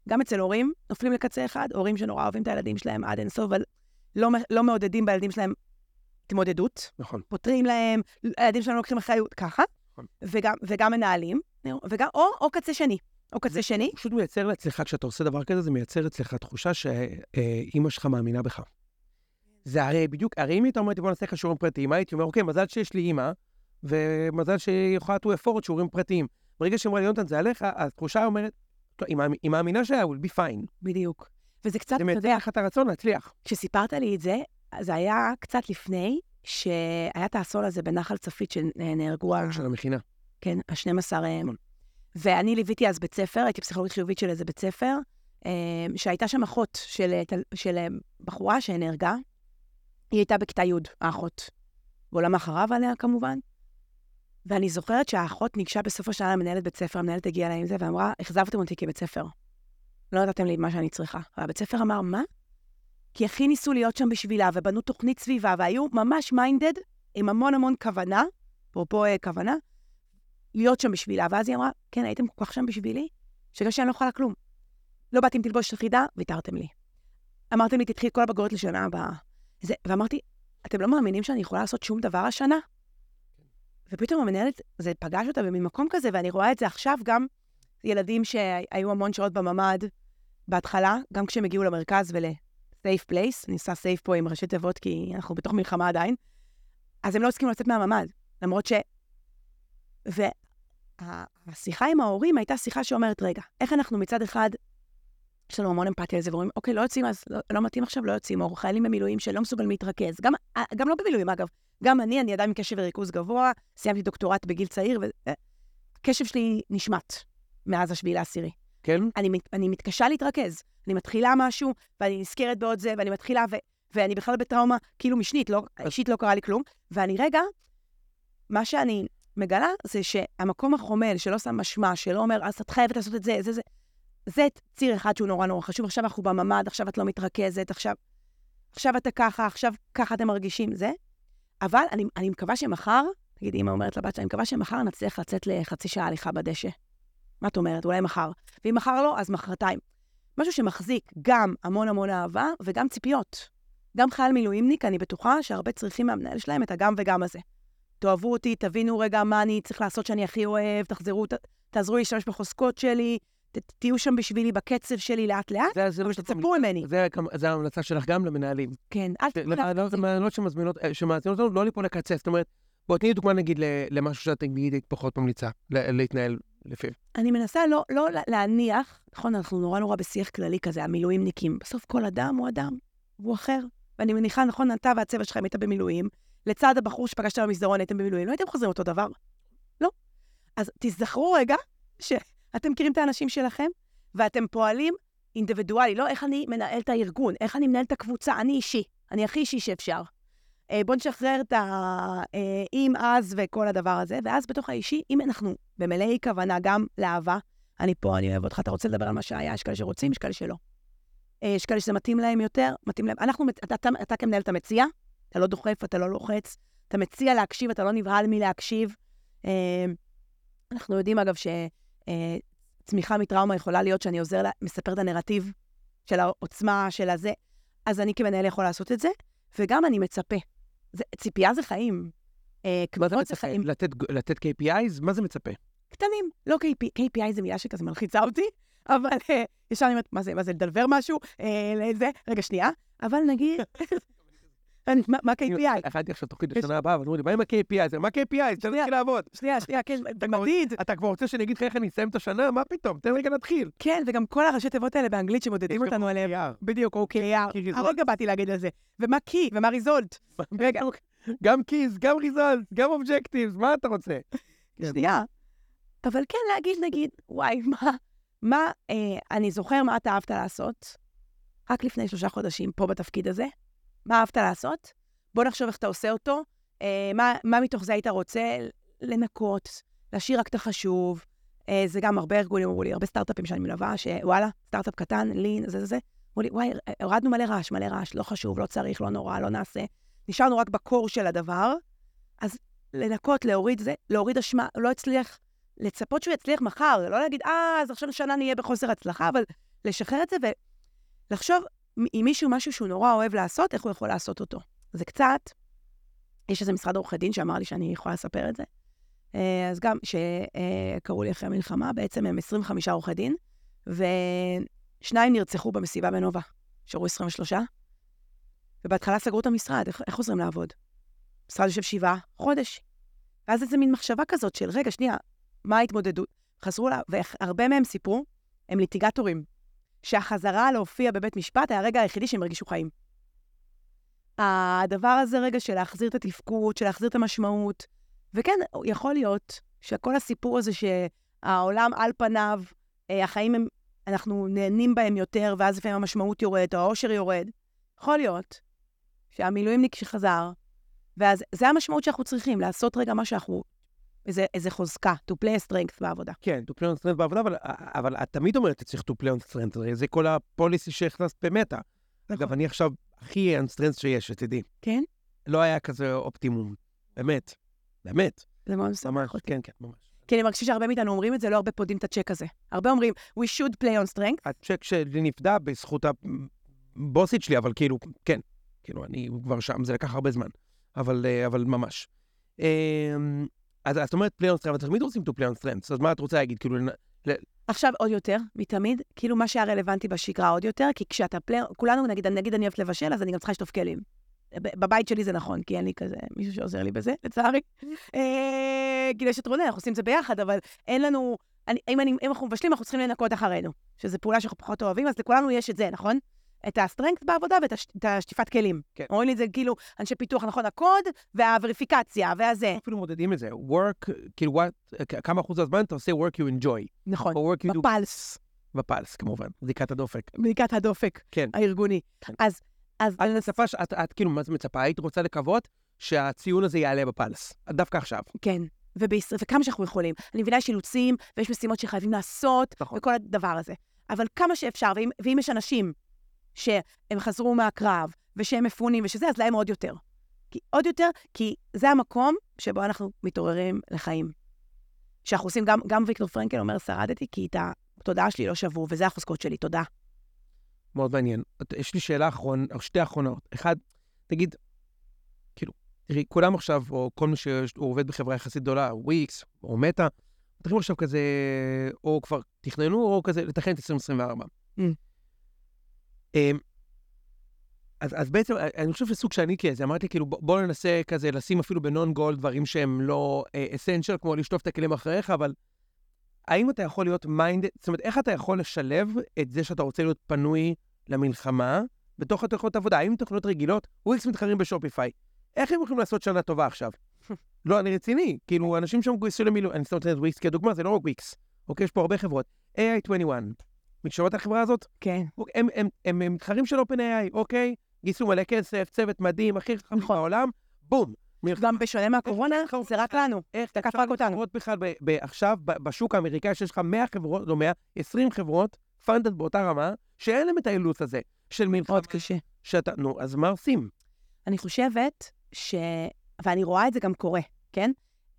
גם אצל הורים, נופלים לקצה אחד, הורים שנורא אוהבים את הילדים שלהם עד אינסוף, אבל לא, לא מעודדים בילדים שלהם התמודדות. נכון. פותרים להם, הילדים שלהם לוקחים אחריות ככה, נכון. וגם, וגם מנהלים, וגם, או, או קצה שני. או קצה שני. פשוט מייצר לעצמך, כשאתה עושה דבר כזה, זה מייצר אצלך תחושה שאימא שלך מאמינה בך. זה הרי בדיוק, הרי אם היית אומרת, בוא נעשה לך שיעורים פרטיים, הייתי אומר, אוקיי, מזל שיש לי אימא, ומזל שיכולה to afford שיעורים פרטיים. ברגע שאמרה לי, יונתן, זה עליך, התחושה אומרת, היא מאמינה שלה, will be fine. בדיוק. וזה קצת, אתה יודע... זה מייצר לך את הרצון להצליח. כשסיפרת לי את זה, זה היה קצת לפני, שהיה את האסון הזה בנחל צפית, שנהרגו... של המכינה. כן, ה-שנים עשר... ואני ליוויתי אז בית ספר, הייתי פסיכולוגית חיובית של איזה בית ספר, שהייתה שם אחות של, של בחורה שנהרגה. היא הייתה בכיתה י', האחות. בעולם אחריו עליה כמובן. ואני זוכרת שהאחות ניגשה בסוף השנה למנהלת בית ספר, המנהלת הגיעה לה עם זה ואמרה, החזבתם אותי כבית ספר. לא נתתם לי מה שאני צריכה. והבית ספר אמר, מה? כי הכי ניסו להיות שם בשבילה, ובנו תוכנית סביבה, והיו ממש מיינדד, עם המון המון כוונה, אפרופו כוונה, להיות שם בשבילה. ואז היא אמרה, כן, הייתם כל כך שם בשבילי, שגם שאני לא יכולה כלום. לא באתם תלבוש תחידה, ויתרתם לי. אמרתם לי, תתחיל כל הבגרויות לשנה הבאה. זה, ואמרתי, אתם לא מאמינים שאני יכולה לעשות שום דבר השנה? ופתאום המנהלת, זה פגש אותה במקום כזה, ואני רואה את זה עכשיו גם ילדים שהיו המון שעות בממד בהתחלה, גם כשהם הגיעו למרכז ול-safe place, אני עושה safe פה עם ראשי תיבות, כי אנחנו בתוך מלחמה עדיין, אז הם לא הסכימו לצאת מהממד, למרות ש... והשיחה עם ההורים הייתה שיחה שאומרת, רגע, איך אנחנו מצד אחד, יש לנו המון אמפתיה לזה, ואומרים, אוקיי, לא יוצאים, אז לא, לא מתאים עכשיו, לא יוצאים, או חיילים במילואים שלא מסוגלים להתרכז, גם, גם לא במילואים, אגב, גם אני, אני אדם עם קשב וריכוז גבוה, סיימתי דוקטורט בגיל צעיר, והקשב שלי נשמט מאז השביעי לעשירי. כן? אני, אני מתקשה להתרכז. אני מתחילה משהו, ואני נזכרת בעוד זה, ואני מתחילה, ו, ואני בכלל בטראומה, כאילו משנית, לא, אישית לא קרה לי כלום. ואני רגע, מה שאני מגלה, זה שהמקום החומל, שלא שם משמע, שלא אומר, אז את חייבת לעשות את זה, זה, זה, זה ציר אחד שהוא נורא נורא חשוב. עכשיו אנחנו בממד, עכשיו את לא מתרכזת, עכשיו, עכשיו אתה ככה, עכשיו ככה אתם מרגישים, זה. אבל אני, אני מקווה שמחר, תגיד, אמא אומרת לבת שלה, אני מקווה שמחר נצליח לצאת לחצי שעה הליכה בדשא. מה את אומרת? אולי מחר. ואם מחר לא, אז מחרתיים. משהו שמחזיק גם המון המון אהבה וגם ציפיות. גם חייל מילואימניק, אני בטוחה שהרבה צריכים מהמנהל שלהם את הגם וגם הזה. תאהבו אותי, תבינו רגע מה אני צריך לעשות שאני הכי אוהב, תחזרו, ת, תעזרו לי להשתמש בחוזקות שלי, ת, תהיו שם בשבילי בקצב שלי לאט לאט, זה, זה אבל שתצפו ממני. זה, זה ההמלצה שלך גם למנהלים. כן, אל תקרא. למנהלות שמזמינות, שמאזינות אותנו לא ליפול לקצב, זאת אומרת, בוא תני לי דוגמה נגיד למשהו שאת תגידי פחות ממליצה, להתנהל לפיו. אני מנסה לא, לא להניח, נכון, אנחנו נורא נורא בשיח כללי כזה, המילואימניקים. בסוף כל אדם הוא אדם, הוא אחר. ואני מניחה, נכון, אתה והצוות שלכם הייתם במילואים, לצד הבחור שפגשתם במסדרון הייתם במילואים, לא הייתם חוזרים אותו דבר. לא. אז תזכרו רגע שאתם מכירים את האנשים שלכם, ואתם פועלים אינדיבידואלי, לא איך אני מנהל את הארגון, איך אני מנהל את הקבוצה, אני אישי, אני הכי אישי שאפשר. בוא נשחרר את האם, אז וכל הדבר הזה, ואז בתוך האישי, אם אנחנו במלאי כוונה גם לאהבה, אני פה, אני אוהב אותך, אתה רוצה לדבר על מה שהיה, יש כאלה שרוצים, יש כאלה שלא. יש כאלה שזה מתאים להם יותר, מתאים להם, אנחנו, אתה, אתה, אתה כמנהל, אתה מציע, אתה לא דוחף, אתה לא לוחץ, אתה מציע להקשיב, אתה לא נבהל מלהקשיב. אנחנו יודעים אגב שצמיחה מטראומה יכולה להיות שאני עוזר לה, מספר את הנרטיב של העוצמה, של הזה, אז אני כמנהל יכול לעשות את זה, וגם אני מצפה. זה, ציפייה זה חיים. מה זה מצפה? לתת, לתת קיי פי איז? מה זה מצפה? קטנים. לא קיי פי איי זה מילה שכזה מלחיצה אותי, אבל ישר אני אומרת, מה זה, מה זה, לדלבר משהו? לזה, רגע שנייה, אבל נגיד, מה קיי פי איי? אכלתי עכשיו תוכנית לשנה הבאה, ואמרו לי, מה עם ה-קיי פי איי? מה קיי פי איי? צריך להתחיל לעבוד. שנייה, שנייה, כן, מדיד. אתה כבר רוצה שאני אגיד לך איך אני אסיים את השנה? מה פתאום? תן רגע נתחיל. כן, וגם כל הראשי תיבות האלה באנגלית שמודדים אותנו עליהם. בדיוק, אוקיי, הרגע באתי להגיד על זה. ומה קי? ומה ריזולט? רגע. גם קיז, גם ריזולט, גם אובג'קטיבס, מה אתה רוצה? שנייה. אבל כן להגיד, נגיד, וואי, מה, מה, אני זוכר מה אתה אהבת לעשות, רק לפני שלושה חודשים פה בתפקיד הזה, מה אהבת לעשות? בוא נחשוב איך אתה עושה אותו, מה, מה מתוך זה היית רוצה לנקות, להשאיר רק את החשוב, זה גם הרבה ארגונים אמרו לי, הרבה סטארט-אפים שאני מלווה, שוואלה, סטארט-אפ קטן, לין, זה זה זה, אמרו לי, וואי, הורדנו מלא רעש, מלא רעש, לא חשוב, לא צריך, לא נורא, לא נעשה, נשארנו רק בקור של הדבר, אז לנקות, להוריד זה, להוריד אשמה, לא הצליח, לצפות שהוא יצליח מחר, לא להגיד, אה, אז עכשיו שנה נהיה בחוסר הצלחה, אבל לשחרר את זה ולחשוב אם מישהו משהו שהוא נורא אוהב לעשות, איך הוא יכול לעשות אותו. זה קצת, יש איזה משרד עורכי דין שאמר לי שאני יכולה לספר את זה. אז גם שקראו לי אחרי המלחמה, בעצם הם עשרים וחמישה עורכי דין, ושניים נרצחו במסיבה בנובה, שראו עשרים ושלושה, ובהתחלה סגרו את המשרד, איך, איך חוזרים לעבוד? משרד יושב שבעה חודש. ואז איזה מין מחשבה כזאת של, רגע, שנייה, מה ההתמודדות? חזרו לה, והרבה מהם סיפרו, הם ליטיגטורים, שהחזרה להופיע בבית משפט היה הרגע היחידי שהם הרגישו חיים. הדבר הזה רגע של להחזיר את התפקוד, של להחזיר את המשמעות, וכן, יכול להיות שכל הסיפור הזה שהעולם על פניו, החיים הם, אנחנו נהנים בהם יותר, ואז לפעמים המשמעות יורד, או העושר יורד. יכול להיות שהמילואימניק שחזר, ואז זה המשמעות שאנחנו צריכים, לעשות רגע מה שאנחנו, איזה, איזה חוזקה, to play a strength בעבודה. כן, to play on strength בעבודה, אבל, אבל את תמיד אומרת, צריך to play on strength, זה כל הפוליסי שהכנסת במטה. אגב, אני עכשיו הכי on strength שיש, שתדעי. כן? לא היה כזה אופטימום. באמת. באמת. זה מאוד משמח אותי. כן, כן, ממש. כי אני מרגישה שהרבה מאיתנו אומרים את זה, לא הרבה פודים את הצ'ק הזה. הרבה אומרים, we should play on strength. הצ'ק שלי נפדה בזכות הבוסית שלי, אבל כאילו, כן. כאילו, אני כבר שם, זה לקח הרבה זמן. אבל, אבל ממש. אז את אומרת play on strength, אבל תמיד רוצים to play on strength. אז מה את רוצה להגיד? כאילו... עכשיו עוד יותר, מתמיד, כאילו מה שהיה רלוונטי בשגרה עוד יותר, כי כשאתה פלייר, כולנו נגיד, נגיד אני אוהבת לבשל, אז אני גם צריכה לשטוף כלים. בבית שלי זה נכון, כי אין לי כזה מישהו שעוזר לי בזה, לצערי. כאילו יש את רונה, אנחנו עושים את זה ביחד, אבל אין לנו, אם אנחנו מבשלים, אנחנו צריכים לנקות אחרינו, שזו פעולה שאנחנו פחות אוהבים, אז לכולנו יש את זה, נכון? את הסטרנגט בעבודה ואת השטיפת כלים. אומרים לי את זה כאילו, אנשי פיתוח, נכון, הקוד והווריפיקציה, והזה. אפילו מודדים את זה. work, כאילו, כמה אחוז הזמן אתה עושה work you enjoy. נכון, בפלס. בפלס, כמובן. בדיקת הדופק. בדיקת הדופק, הארגוני. אז... אז אני מצפה שאת, את כאילו, מה זה מצפה? היית רוצה לקוות שהציון הזה יעלה בפלס. דווקא עכשיו. כן, ובישראל, וכמה שאנחנו יכולים. אני מבינה יש אילוצים, ויש משימות שחייבים לעשות, נכון. וכל הדבר הזה. אבל כמה שאפשר, ואם, ואם יש אנשים שהם חזרו מהקרב, ושהם מפונים ושזה, אז להם עוד יותר. כי עוד יותר, כי זה המקום שבו אנחנו מתעוררים לחיים. שאנחנו עושים, גם, גם ויקטור פרנקל אומר, שרדתי, כי את התודעה שלי לא שבור, וזה החוזקות שלי, תודה. מאוד מעניין. יש לי שאלה אחרונה, או שתי אחרונות. אחד, תגיד, כאילו, תראי, כולם עכשיו, או כל מי שעובד בחברה יחסית גדולה, וויקס, או מטה, תראו עכשיו כזה, או כבר תכננו, או כזה, לתכן את עשרים עשרים וארבע. Mm. אז, אז בעצם, אני חושב שסוג שאני כזה, אמרתי, כאילו, בוא ננסה כזה, לשים אפילו בנון גולד דברים שהם לא אסנצ'ל, כמו לשטוף את הכלים אחריך, אבל האם אתה יכול להיות מיינד, זאת אומרת, איך אתה יכול לשלב את זה שאתה רוצה להיות פנוי למלחמה, בתוך התוכניות עבודה? האם תוכניות רגילות, וויקס מתחרים בשופיפיי, איך הם יכולים לעשות שנה טובה עכשיו? לא, אני רציני, כאילו, אנשים שם גויסו למילואים, אני סתם נותנת וויקס כדוגמה, זה לא רק וויקס, אוקיי, יש פה הרבה חברות, איי איי עשרים ואחת, מקשרות על החברה הזאת? כן. הם, הם, הם, הם מתחרים של אופן איי איי, אוקיי, גייסו מלא כסף, צוות מדהים, הכי חכם בעולם, בום. גם בשונה מהקורונה, זה רק לנו. איך תקף רק אותנו. בכלל, עכשיו, בשוק האמריקאי, שיש לך מאה חברות, לא מאה, עשרים חברות, פנדט באותה רמה, שאין להם את האילוץ הזה, של מלחמה. מאוד קשה. שאתה, נו, אז מה עושים? אני חושבת ש... ואני רואה את זה גם קורה, כן?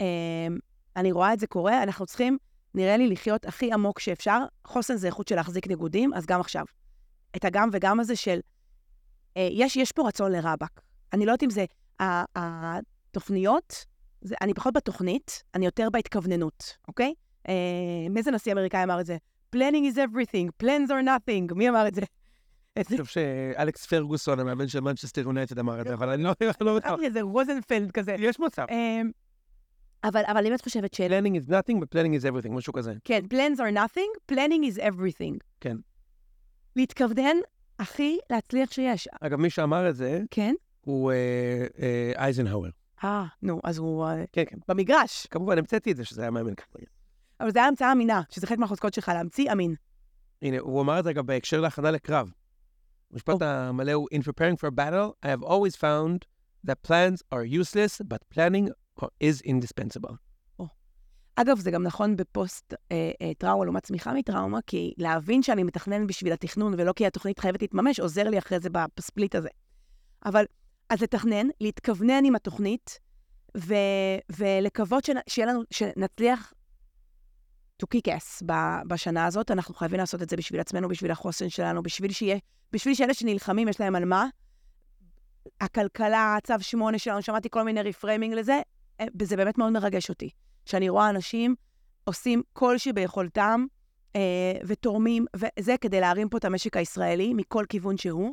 אני רואה את זה קורה, אנחנו צריכים, נראה לי, לחיות הכי עמוק שאפשר. חוסן זה איכות של להחזיק ניגודים, אז גם עכשיו. את הגם וגם הזה של... יש, יש פה רצון לרבק. אני לא יודעת אם זה... התוכניות, זה, אני פחות בתוכנית, אני יותר בהתכווננות, אוקיי? אה, מאיזה נשיא אמריקאי אמר את זה? Planning is everything, plans are nothing. מי אמר את זה? אני חושב שאלכס פרגוסון, המאמן של מנצ'סטר יונייטד, אמר את זה, אבל אני לא בטוח. זה רוזנפלד כזה. יש מצב. אבל אבל אם את חושבת ש... Planning is nothing, but planning is everything, משהו כזה. כן, plans are nothing, planning is everything. כן. להתכוונן, הכי להצליח שיש. אגב, מי שאמר את זה... כן? הוא אייזנהאואר. אה, נו, אז הוא כן, כן. במגרש. כמובן, המצאתי את זה, שזה היה מאמן כמובן. אבל זה היה המצאה אמינה, שזה חלק מהחוזקות שלך, להמציא אמין. הנה, הוא אמר את זה גם בהקשר להכנה לקרב. המשפט המלא הוא, In preparing for a battle, I have always found that plans are useless, but planning is indispensable. אגב, זה גם נכון בפוסט טראומה, לעומת צמיחה מטראומה, כי להבין שאני מתכנן בשביל התכנון, ולא כי התוכנית חייבת להתממש, עוזר לי אחרי זה בספליט הזה. אבל אז לתכנן, להתכוונן עם התוכנית, ו- ולקוות שנ- שיהיה לנו, שנצליח to kick ass בשנה הזאת. אנחנו חייבים לעשות את זה בשביל עצמנו, בשביל החוסן שלנו, בשביל שיהיה, בשביל שאלה שנלחמים, יש להם על מה. הכלכלה, צו שמונה שלנו, שמעתי כל מיני ריפריימינג לזה, וזה באמת מאוד מרגש אותי. שאני רואה אנשים עושים כל שביכולתם, אה, ותורמים, וזה כדי להרים פה את המשק הישראלי, מכל כיוון שהוא,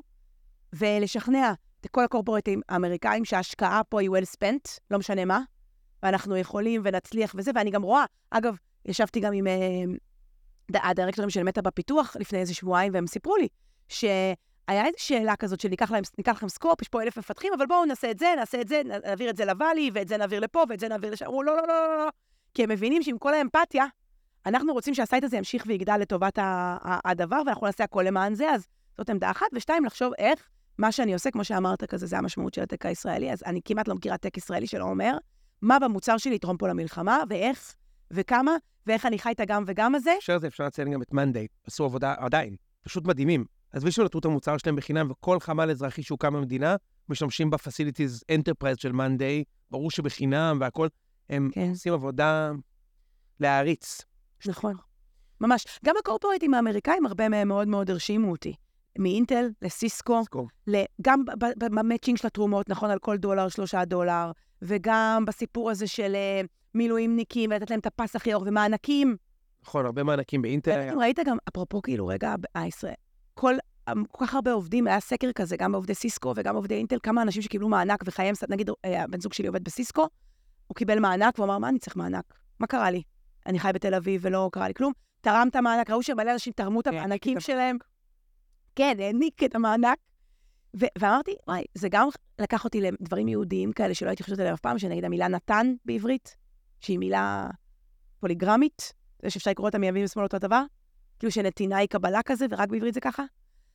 ולשכנע את כל הקורפורטים האמריקאים שההשקעה פה היא well spent, לא משנה מה, ואנחנו יכולים ונצליח וזה, ואני גם רואה, אגב, ישבתי גם עם אה, הדירקטורים של מטה בפיתוח לפני איזה שבועיים, והם סיפרו לי שהיה איזו שאלה כזאת של ניקח, להם, ניקח לכם סקופ, יש פה אלף מפתחים, אבל בואו נעשה את זה, נעשה את זה, נעביר את זה לוואלי, ואת זה נעביר לפה, ואת זה נעביר לשם. אמרו, לא, לא, לא, לא, לא. כי הם מבינים שעם כל האמפתיה, אנחנו רוצים שהסייט הזה ימשיך ויגדל לטובת הדבר, ואנחנו נעשה הכל למען זה, אז זאת עמדה אחת, ושתיים, לחשוב איך מה שאני עושה, כמו שאמרת כזה, זה המשמעות של הטק הישראלי, אז אני כמעט לא מכירה טק ישראלי שלא אומר, מה במוצר שלי יתרום פה למלחמה, ואיך, וכמה, ואיך אני חי את הגם וגם הזה. אפשר זה, אפשר לציין גם את מנדי, עשו עבודה עדיין, פשוט מדהימים. אז וישו נתנו את המוצר שלהם בחינם, וכל חמ"ל אזרחי שהוקם במדינה, משתמשים בפסיליטיז אנטרפרייז של מנדי, ברור שבחינם והכל, הם כן. עושים עבודה להעריץ. נכון, ממש. גם הקורפורטים האמריקאים, הרבה מהם מאוד מאוד הרשימו אותי. מאינטל לסיסקו, גם במאצ'ינג של התרומות, נכון, על כל דולר, שלושה דולר, וגם בסיפור הזה של מילואימניקים, ולתת להם את הפס הכי אור ומענקים. נכון, הרבה מענקים באינטל. ראית גם, אפרופו כאילו, רגע, הישראל, כל, כל כך הרבה עובדים, היה סקר כזה, גם בעובדי סיסקו וגם בעובדי אינטל, כמה אנשים שקיבלו מענק וחיים, נגיד, הבן זוג שלי עובד בסיסקו, הוא קיבל מענק, והוא אמר, מה אני צריך מענק? מה קרה לי? אני חי בתל אביב ולא קרה לי כלום. תרם את המענק, ראו שמלא אנשים תרמו את המענקים שלהם. כן, העניק את המענק. ו- ואמרתי, וואי, זה גם לקח אותי לדברים יהודיים כאלה שלא הייתי חושבת עליהם אף פעם, שנגיד המילה נתן בעברית, שהיא מילה פוליגרמית, זה שאפשר לקרוא אותה מימין ושמאל אותו דבר, כאילו שנתינה היא קבלה כזה, ורק בעברית זה ככה.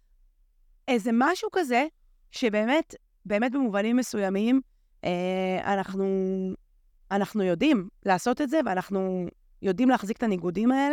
איזה משהו כזה, שבאמת, באמת במובנים מסוימים, אה, אנחנו, אנחנו יודעים לעשות את זה, ואנחנו יודעים להחזיק את הניגודים האלה,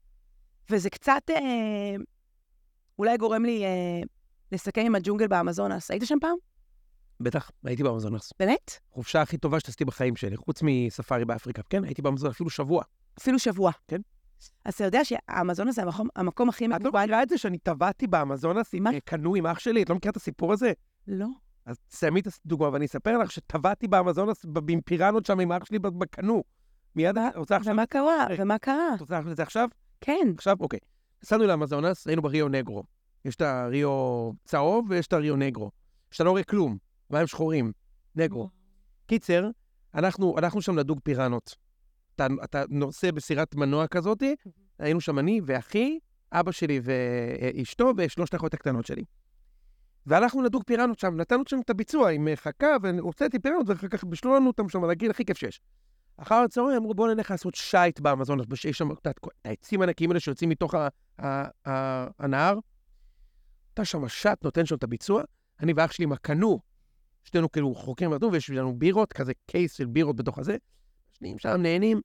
וזה קצת... אה, אולי גורם לי אה, לסכם עם הג'ונגל באמזונס. היית שם פעם? בטח, הייתי באמזונס. באמת? חופשה הכי טובה שתעשיתי בחיים שלי, חוץ מספארי באפריקה. כן, הייתי באמזונס אפילו שבוע. אפילו שבוע? כן. אז אתה יודע שהאמזונס זה המקום, המקום הכי מגוון. את לא מכירה את זה שאני טבעתי באמזונס עם קנו עם אח שלי? את לא מכירה את הסיפור הזה? לא. אז תסיימי את הדוגמה, ואני אספר לך שטבעתי באמזונס עם פיראנות שם עם אח שלי בקנו. מיד, רוצה עכשיו? ומה קרה? ומה קרה? את רוצה את זה עכשיו? כן. עכשיו, אוקיי. נסענו לאמזונס, היינו בריו נגרו. יש את הריו צהוב ויש את הריו נגרו. שאתה לא רואה כלום, מים שחורים, נגרו. קיצר, אנחנו, אנחנו שם לדוג פיראנות. אתה, אתה נוסע בסירת מנוע כזאת, היינו שם אני ואחי, אבא שלי ואשתו ושלושת האחיות הקטנות שלי. והלכנו לדוג פיראנות שם, נתנו שם את הביצוע עם חכה, והוצאתי פיראנות, ואחר כך בשלו לנו אותם שם על הגיל הכי כיף שיש. אחר הצהריים אמרו, בואו נלך לעשות שייט באמזונס, יש שם את העצים הענקיים האלה שיוצאים מתוך הנהר. אתה שם שט, נותן שם את הביצוע, אני ואח שלי עם הקנו, שתינו כאילו חוקרים לדון, ויש לנו בירות, כזה קייס של בירות בתוך הזה, שניהם שם נהנים,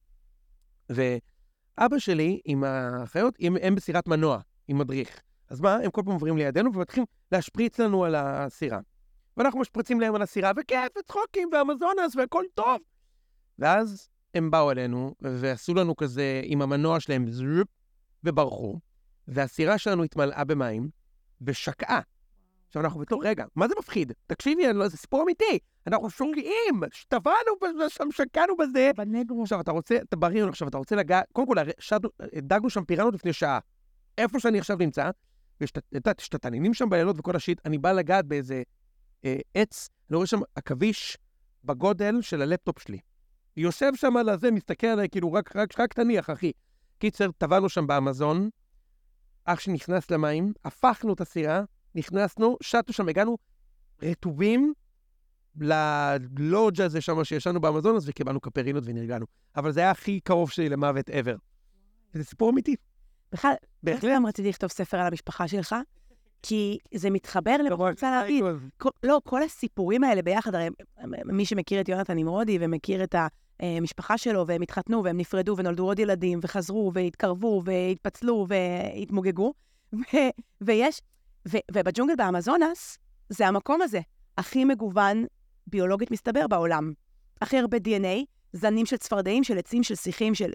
ואבא שלי עם האחיות, הם, הם בסירת מנוע, עם מדריך. אז מה, הם כל פעם עוברים לידינו, ומתחילים להשפריץ לנו על הסירה. ואנחנו משפריצים להם על הסירה, וכיף, וצחוקים, והמזונס, והכל טוב. ואז הם באו אלינו, ועשו לנו כזה עם המנוע שלהם, זרופ, וברחו, והסירה שלנו התמלאה במים, ושקעה. עכשיו אנחנו בתור, רגע, מה זה מפחיד? תקשיבי, זה סיפור אמיתי. אנחנו שוגעים, שטבענו שם, שקענו בזה. בנגרו. עכשיו אתה רוצה, אתה בריון, עכשיו אתה רוצה לגע, קודם כל, דגנו שם פיראנות לפני שעה. איפה שאני עכשיו נמצא, ויש את התנינים שם בלילות וכל השיט, אני בא לגעת באיזה אה, עץ, אני רואה שם עכביש בגודל של הלפטופ שלי. יושב שם על הזה, מסתכל עליי, כאילו, רק, רק, רק תניח, אחי. קיצר, טבענו שם באמזון, אח שנכנס למים, הפכנו את הסירה, נכנסנו, שטנו שם, הגענו רטובים ללוג' הזה שם שישנו באמזונס, וקיבלנו קפרינות ונרגענו. אבל זה היה הכי קרוב שלי למוות ever. וזה סיפור אמיתי. בכלל, בהחלט גם רציתי לכתוב ספר על המשפחה שלך, כי זה מתחבר לבחוצה להגיד. לא, כל הסיפורים האלה ביחד, הרי מי שמכיר את יונתן נמרודי ומכיר את המשפחה שלו, והם התחתנו והם נפרדו ונולדו עוד ילדים, וחזרו והתקרבו והתפצלו והתמוגגו, ויש, ובג'ונגל באמזונס, זה המקום הזה, הכי מגוון ביולוגית מסתבר בעולם. הכי הרבה די אן איי, זנים של צפרדעים, של עצים, של שיחים, של זה,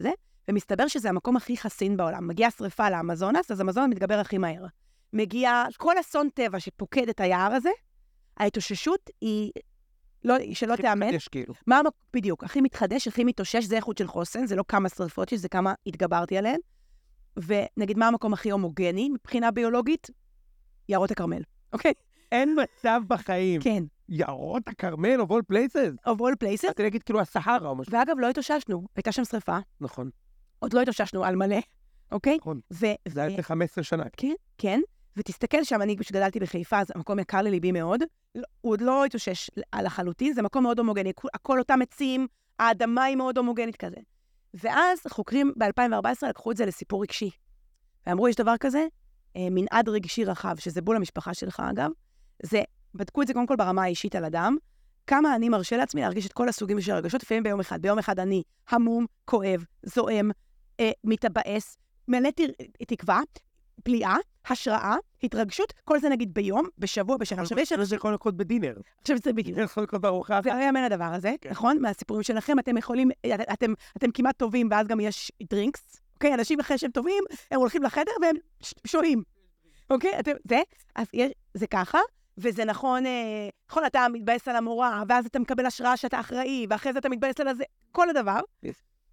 ומסתבר שזה המקום הכי חסין בעולם. מגיעה שריפה לאמזונס, אז אמזונס מתגבר הכי מהר. מגיע כל אסון טבע שפוקד את היער הזה, ההתאוששות היא לא, שלא תאמן. מתחדש כאילו. מה בדיוק? הכי מתחדש, הכי מתאושש, זה איכות של חוסן, זה לא כמה שריפות שיש, זה כמה התגברתי עליהן. ונגיד, מה המקום הכי הומוגני מבחינה ביולוגית? יערות הכרמל, אוקיי? אין מצב בחיים. כן. יערות הכרמל, of all places. of all places. אתה נגיד כאילו הסהרה או משהו. ואגב, לא התאוששנו. הייתה שם שריפה. נכון. עוד לא התאוששנו על מלא, אוקיי? נכון. ו- זה היה לפני חמש עשרה שנה. כן, כן. ותסתכל שם, אני כשגדלתי בחיפה, אז המקום יקר לליבי מאוד. הוא עוד לא התאושש על החלוטין, זה מקום מאוד הומוגני. הכל אותם עצים, האדמה היא מאוד הומוגנית כזה. ואז חוקרים ב-אלפיים וארבע עשרה לקחו את זה לסיפור רגשי. ואמרו, יש דבר כזה, מנעד רגשי רחב, שזה בול המשפחה שלך, אגב. זה, בדקו את זה קודם כל ברמה האישית על אדם, כמה אני מרשה לעצמי להרגיש את כל הסוגים של הרגשות, לפעמים ביום אחד. ביום אחד אני המום, כואב, זועם, אה, מתבאס, מלא תקווה, פליאה, השראה, התרגשות, כל זה נגיד ביום, בשבוע, בשנה. עכשיו יש... זה יכול לקרות בדינר. עכשיו זה בדיוק. זה יכול לקרות בארוחה. זה לא יאמן הדבר הזה, נכון? מהסיפורים שלכם, אתם יכולים, אתם, אתם כמעט טובים, ואז גם יש דרינקס, אוקיי? אנשים אחרי שהם טובים, הם הולכים לחדר והם שוהים. אוקיי? אתם, זה, אז יש, זה ככה, וזה נכון, אה, נכון, אתה מתבאס על המורה, ואז אתה מקבל השראה שאתה אחראי, ואחרי זה אתה מתבאס על הזה, כל הדבר. Yes.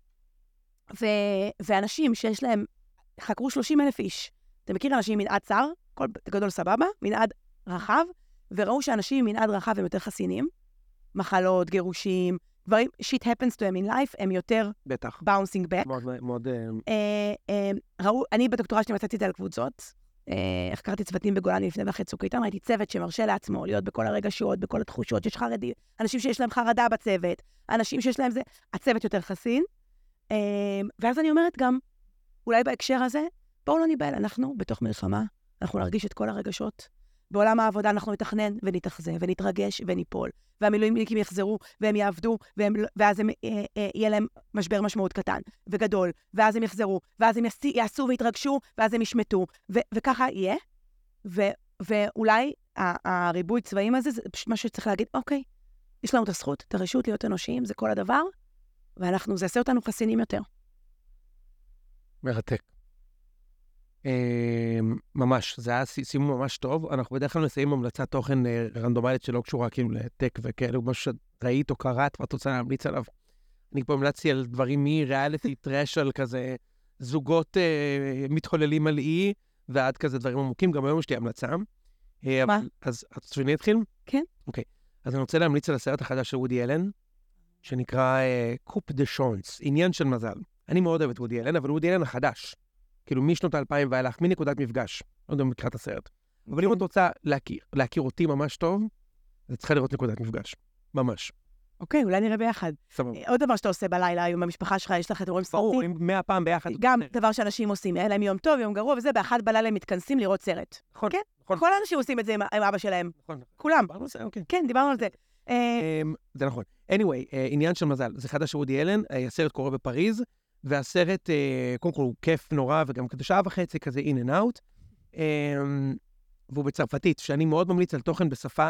ו, ואנשים שיש להם, חקרו שלושים אלף איש, אתה מכיר אנשים מנעד צר, כל גדול סבבה, מנעד רחב, וראו שאנשים מנעד רחב הם יותר חסינים, מחלות, גירושים, דברים, shit happens to them in life, הם יותר בטח. bouncing back. מאוד, מאוד... אה, אה, ראו, אני בדוקטורט שלי מצאתי את זה על קבוצות, החקרתי צוותים בגולני לפני ואחרי צוק איתן, ראיתי צוות שמרשה לעצמו להיות בכל הרגשות, בכל התחושות, יש חרדים, אנשים שיש להם חרדה בצוות, אנשים שיש להם זה, הצוות יותר חסין. ואז אני אומרת גם, אולי בהקשר הזה, בואו לא ניבהל, אנחנו בתוך מלחמה, אנחנו נרגיש את כל הרגשות. בעולם העבודה אנחנו נתכנן ונתאכזב ונתרגש וניפול, והמילואימניקים יחזרו והם יעבדו, והם, ואז הם, אה, אה, יהיה להם משבר משמעות קטן וגדול, ואז הם יחזרו, ואז הם יעשו, יעשו ויתרגשו, ואז הם ישמטו, ו, וככה יהיה. ו, ואולי הריבוי צבעים הזה, זה פשוט משהו שצריך להגיד, אוקיי, יש לנו את הזכות, את הרשות להיות אנושיים, זה כל הדבר, ואנחנו, זה יעשה אותנו חסינים יותר. מרתק. ממש, זה היה סיום ממש טוב. אנחנו בדרך כלל נסיים המלצת תוכן רנדומלית שלא קשורה כאילו לטק וכאלו, משהו שראית או קראת ואת רוצה להמליץ עליו. אני פה המלצתי על דברים מריאליטי טרש על כזה זוגות מתחוללים על אי, ועד כזה דברים עמוקים. גם היום יש לי המלצה. מה? אז את רוצה שאני אתחיל? כן. אוקיי. אז אני רוצה להמליץ על הסרט החדש של וודי אלן, שנקרא קופ דה שונס, עניין של מזל. אני מאוד אוהב את וודי אלן, אבל וודי אלן החדש. כאילו משנות האלפיים ואילך, מנקודת מפגש. לא יודע, מקראת הסרט. אבל אם את רוצה להכיר, להכיר אותי ממש טוב, אז צריכה לראות נקודת מפגש. ממש. אוקיי, אולי נראה ביחד. סבבה. עוד דבר שאתה עושה בלילה, עם המשפחה שלך, יש לך, אתם רואים סרטים. ברור, מאה פעם ביחד. גם דבר שאנשים עושים, היה להם יום טוב, יום גרוע, וזה, באחד בלילה הם מתכנסים לראות סרט. נכון. כן? נכון. כל האנשים עושים את זה עם אבא שלהם. נכון. כולם. דיברנו על זה, אוקיי. כן, דיברנו על זה. זה נכון. anyway, עניין של מזל. זה חדש של וודי אלן, הסרט קורה בפריז, והסרט, קודם כל, הוא כיף נורא, וגם כזה שעה וחצי, כזה in and out, והוא בצרפתית, שאני מאוד ממליץ על תוכן בשפה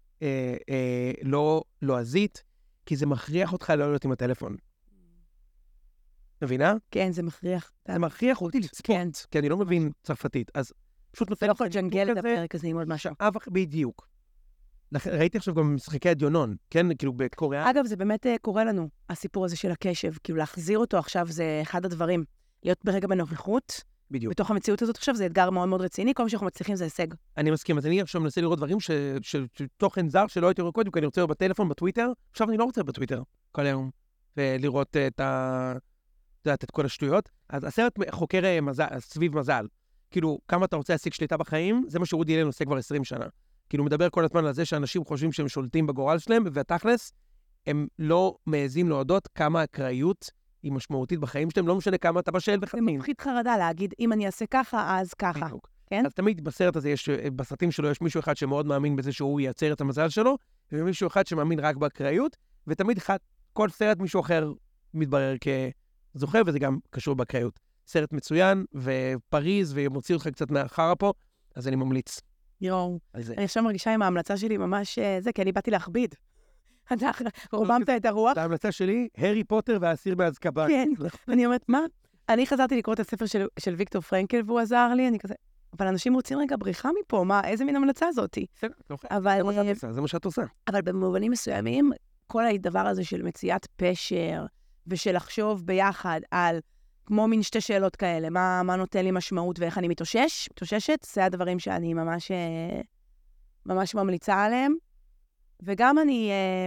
לא לועזית, כי זה מכריח אותך לא להיות עם הטלפון. מבינה? כן, זה מכריח. זה מכריח אותי לצפות, כי אני לא מבין צרפתית, אז פשוט נותן... זה לא יכול לג'נגל את הפרק הזה עם עוד משהו. בדיוק. ראיתי עכשיו גם משחקי הדיונון, כן? כאילו בקוריאה. אגב, זה באמת קורה לנו, הסיפור הזה של הקשב, כאילו להחזיר אותו עכשיו זה אחד הדברים. להיות ברגע בנוכחות, בדיוק. בתוך המציאות הזאת עכשיו זה אתגר מאוד מאוד רציני, כל מה שאנחנו מצליחים זה הישג. אני מסכים, אז אני עכשיו מנסה לראות דברים של תוכן זר שלא הייתי רואה קודם, כי אני רוצה לראות בטלפון, בטוויטר, עכשיו אני לא רוצה בטוויטר כל היום, ולראות את ה... את כל השטויות. אז הסרט חוקר סביב מזל. כאילו, כמה אתה רוצה להשיג שליטה בחיים, זה מה שוודי אלן עושה כבר עשרים שנה. כאילו, מדבר כל הזמן על זה שאנשים חושבים שהם שולטים בגורל שלהם, והתכלס, הם לא מעזים להודות כמה אקראיות היא משמעותית בחיים שלהם, לא משנה כמה אתה בשל וחמין. זה מפחיד חרדה להגיד, אם אני אעשה ככה, אז ככה. כן? אז תמיד בסרט הזה, יש, בסרטים שלו, יש מישהו אחד שמאוד מאמין בזה שהוא ייצר את המזל שלו, ומישהו אחד שמאמין רק באקראיות, ותמיד אחד, כל סרט מישהו אחר מתברר כזוכה, וזה גם קשור באקראיות. סרט מצוין, ופריז, ומוציא אותך קצת מהחרה פה, אז אני ממליץ. יואו, אני עכשיו מרגישה עם ההמלצה שלי ממש זה, כי אני באתי להכביד. אתה רוממת את הרוח. ההמלצה שלי, הרי פוטר והאסיר באזקבאן. כן, אני אומרת, מה? אני חזרתי לקרוא את הספר של, של ויקטור פרנקל, והוא עזר לי, אני כזה, אבל אנשים רוצים רגע בריחה מפה, מה, איזה מין המלצה זאתי? אבל, זה מה שאת עושה, זה מה שאת עושה. אבל במובנים מסוימים, כל הדבר הזה של מציאת פשר, ושל לחשוב ביחד על, כמו מין שתי שאלות כאלה, מה, מה נותן לי משמעות ואיך אני מתאושש, מתאוששת, זה הדברים שאני ממש, ממש ממליצה עליהם. וגם אני,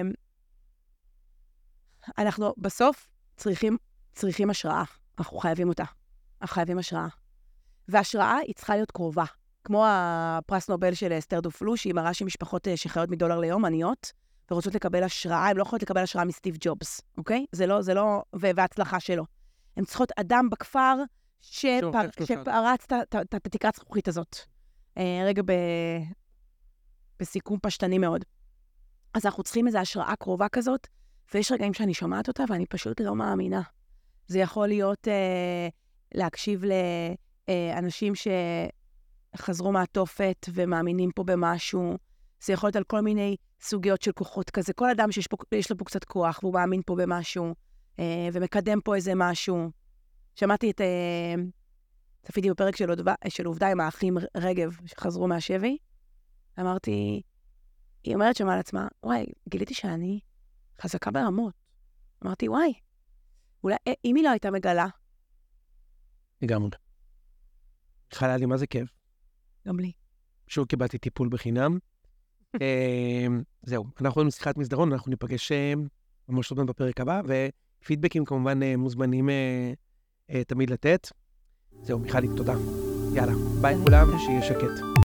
אנחנו בסוף צריכים, צריכים השראה. אנחנו חייבים אותה. אנחנו חייבים השראה. וההשראה היא צריכה להיות קרובה. כמו הפרס נובל של אסתר דופלו, שהיא מראה שמשפחות שחיות מדולר ליום, עניות, ורוצות לקבל השראה, הן לא יכולות לקבל השראה מסטיב ג'ובס, אוקיי? זה לא, זה לא, וההצלחה שלו. הן צריכות אדם בכפר שפר, שפרץ את התקרת זכוכית הזאת. רגע ב... בסיכום פשטני מאוד. אז אנחנו צריכים איזו השראה קרובה כזאת, ויש רגעים שאני שומעת אותה, ואני פשוט לא מאמינה. זה יכול להיות אה, להקשיב לאנשים שחזרו מהתופת ומאמינים פה במשהו. זה יכול להיות על כל מיני סוגיות של כוחות כזה. כל אדם שיש פה, יש לו פה קצת כוח, והוא מאמין פה במשהו, אה, ומקדם פה איזה משהו. שמעתי את... אה, צפיתי בפרק של, עובדה, של עובדה עם האחים רגב, שחזרו מהשבי. אמרתי, היא אומרת שמה על עצמה, וואי, גיליתי שאני חזקה ברמות. אמרתי, וואי, אולי, אם היא לא הייתה מגלה? לגמרי. חלה לי, מה זה כיף? גם לי. שוב קיבלתי טיפול בחינם. זהו, אנחנו עם שיחת מסדרון, אנחנו ניפגש ממש עוד בפרק הבא, ופידבקים כמובן מוזמנים תמיד לתת. זהו, מיכלי, תודה. יאללה, ביי כולם, שיהיה שקט.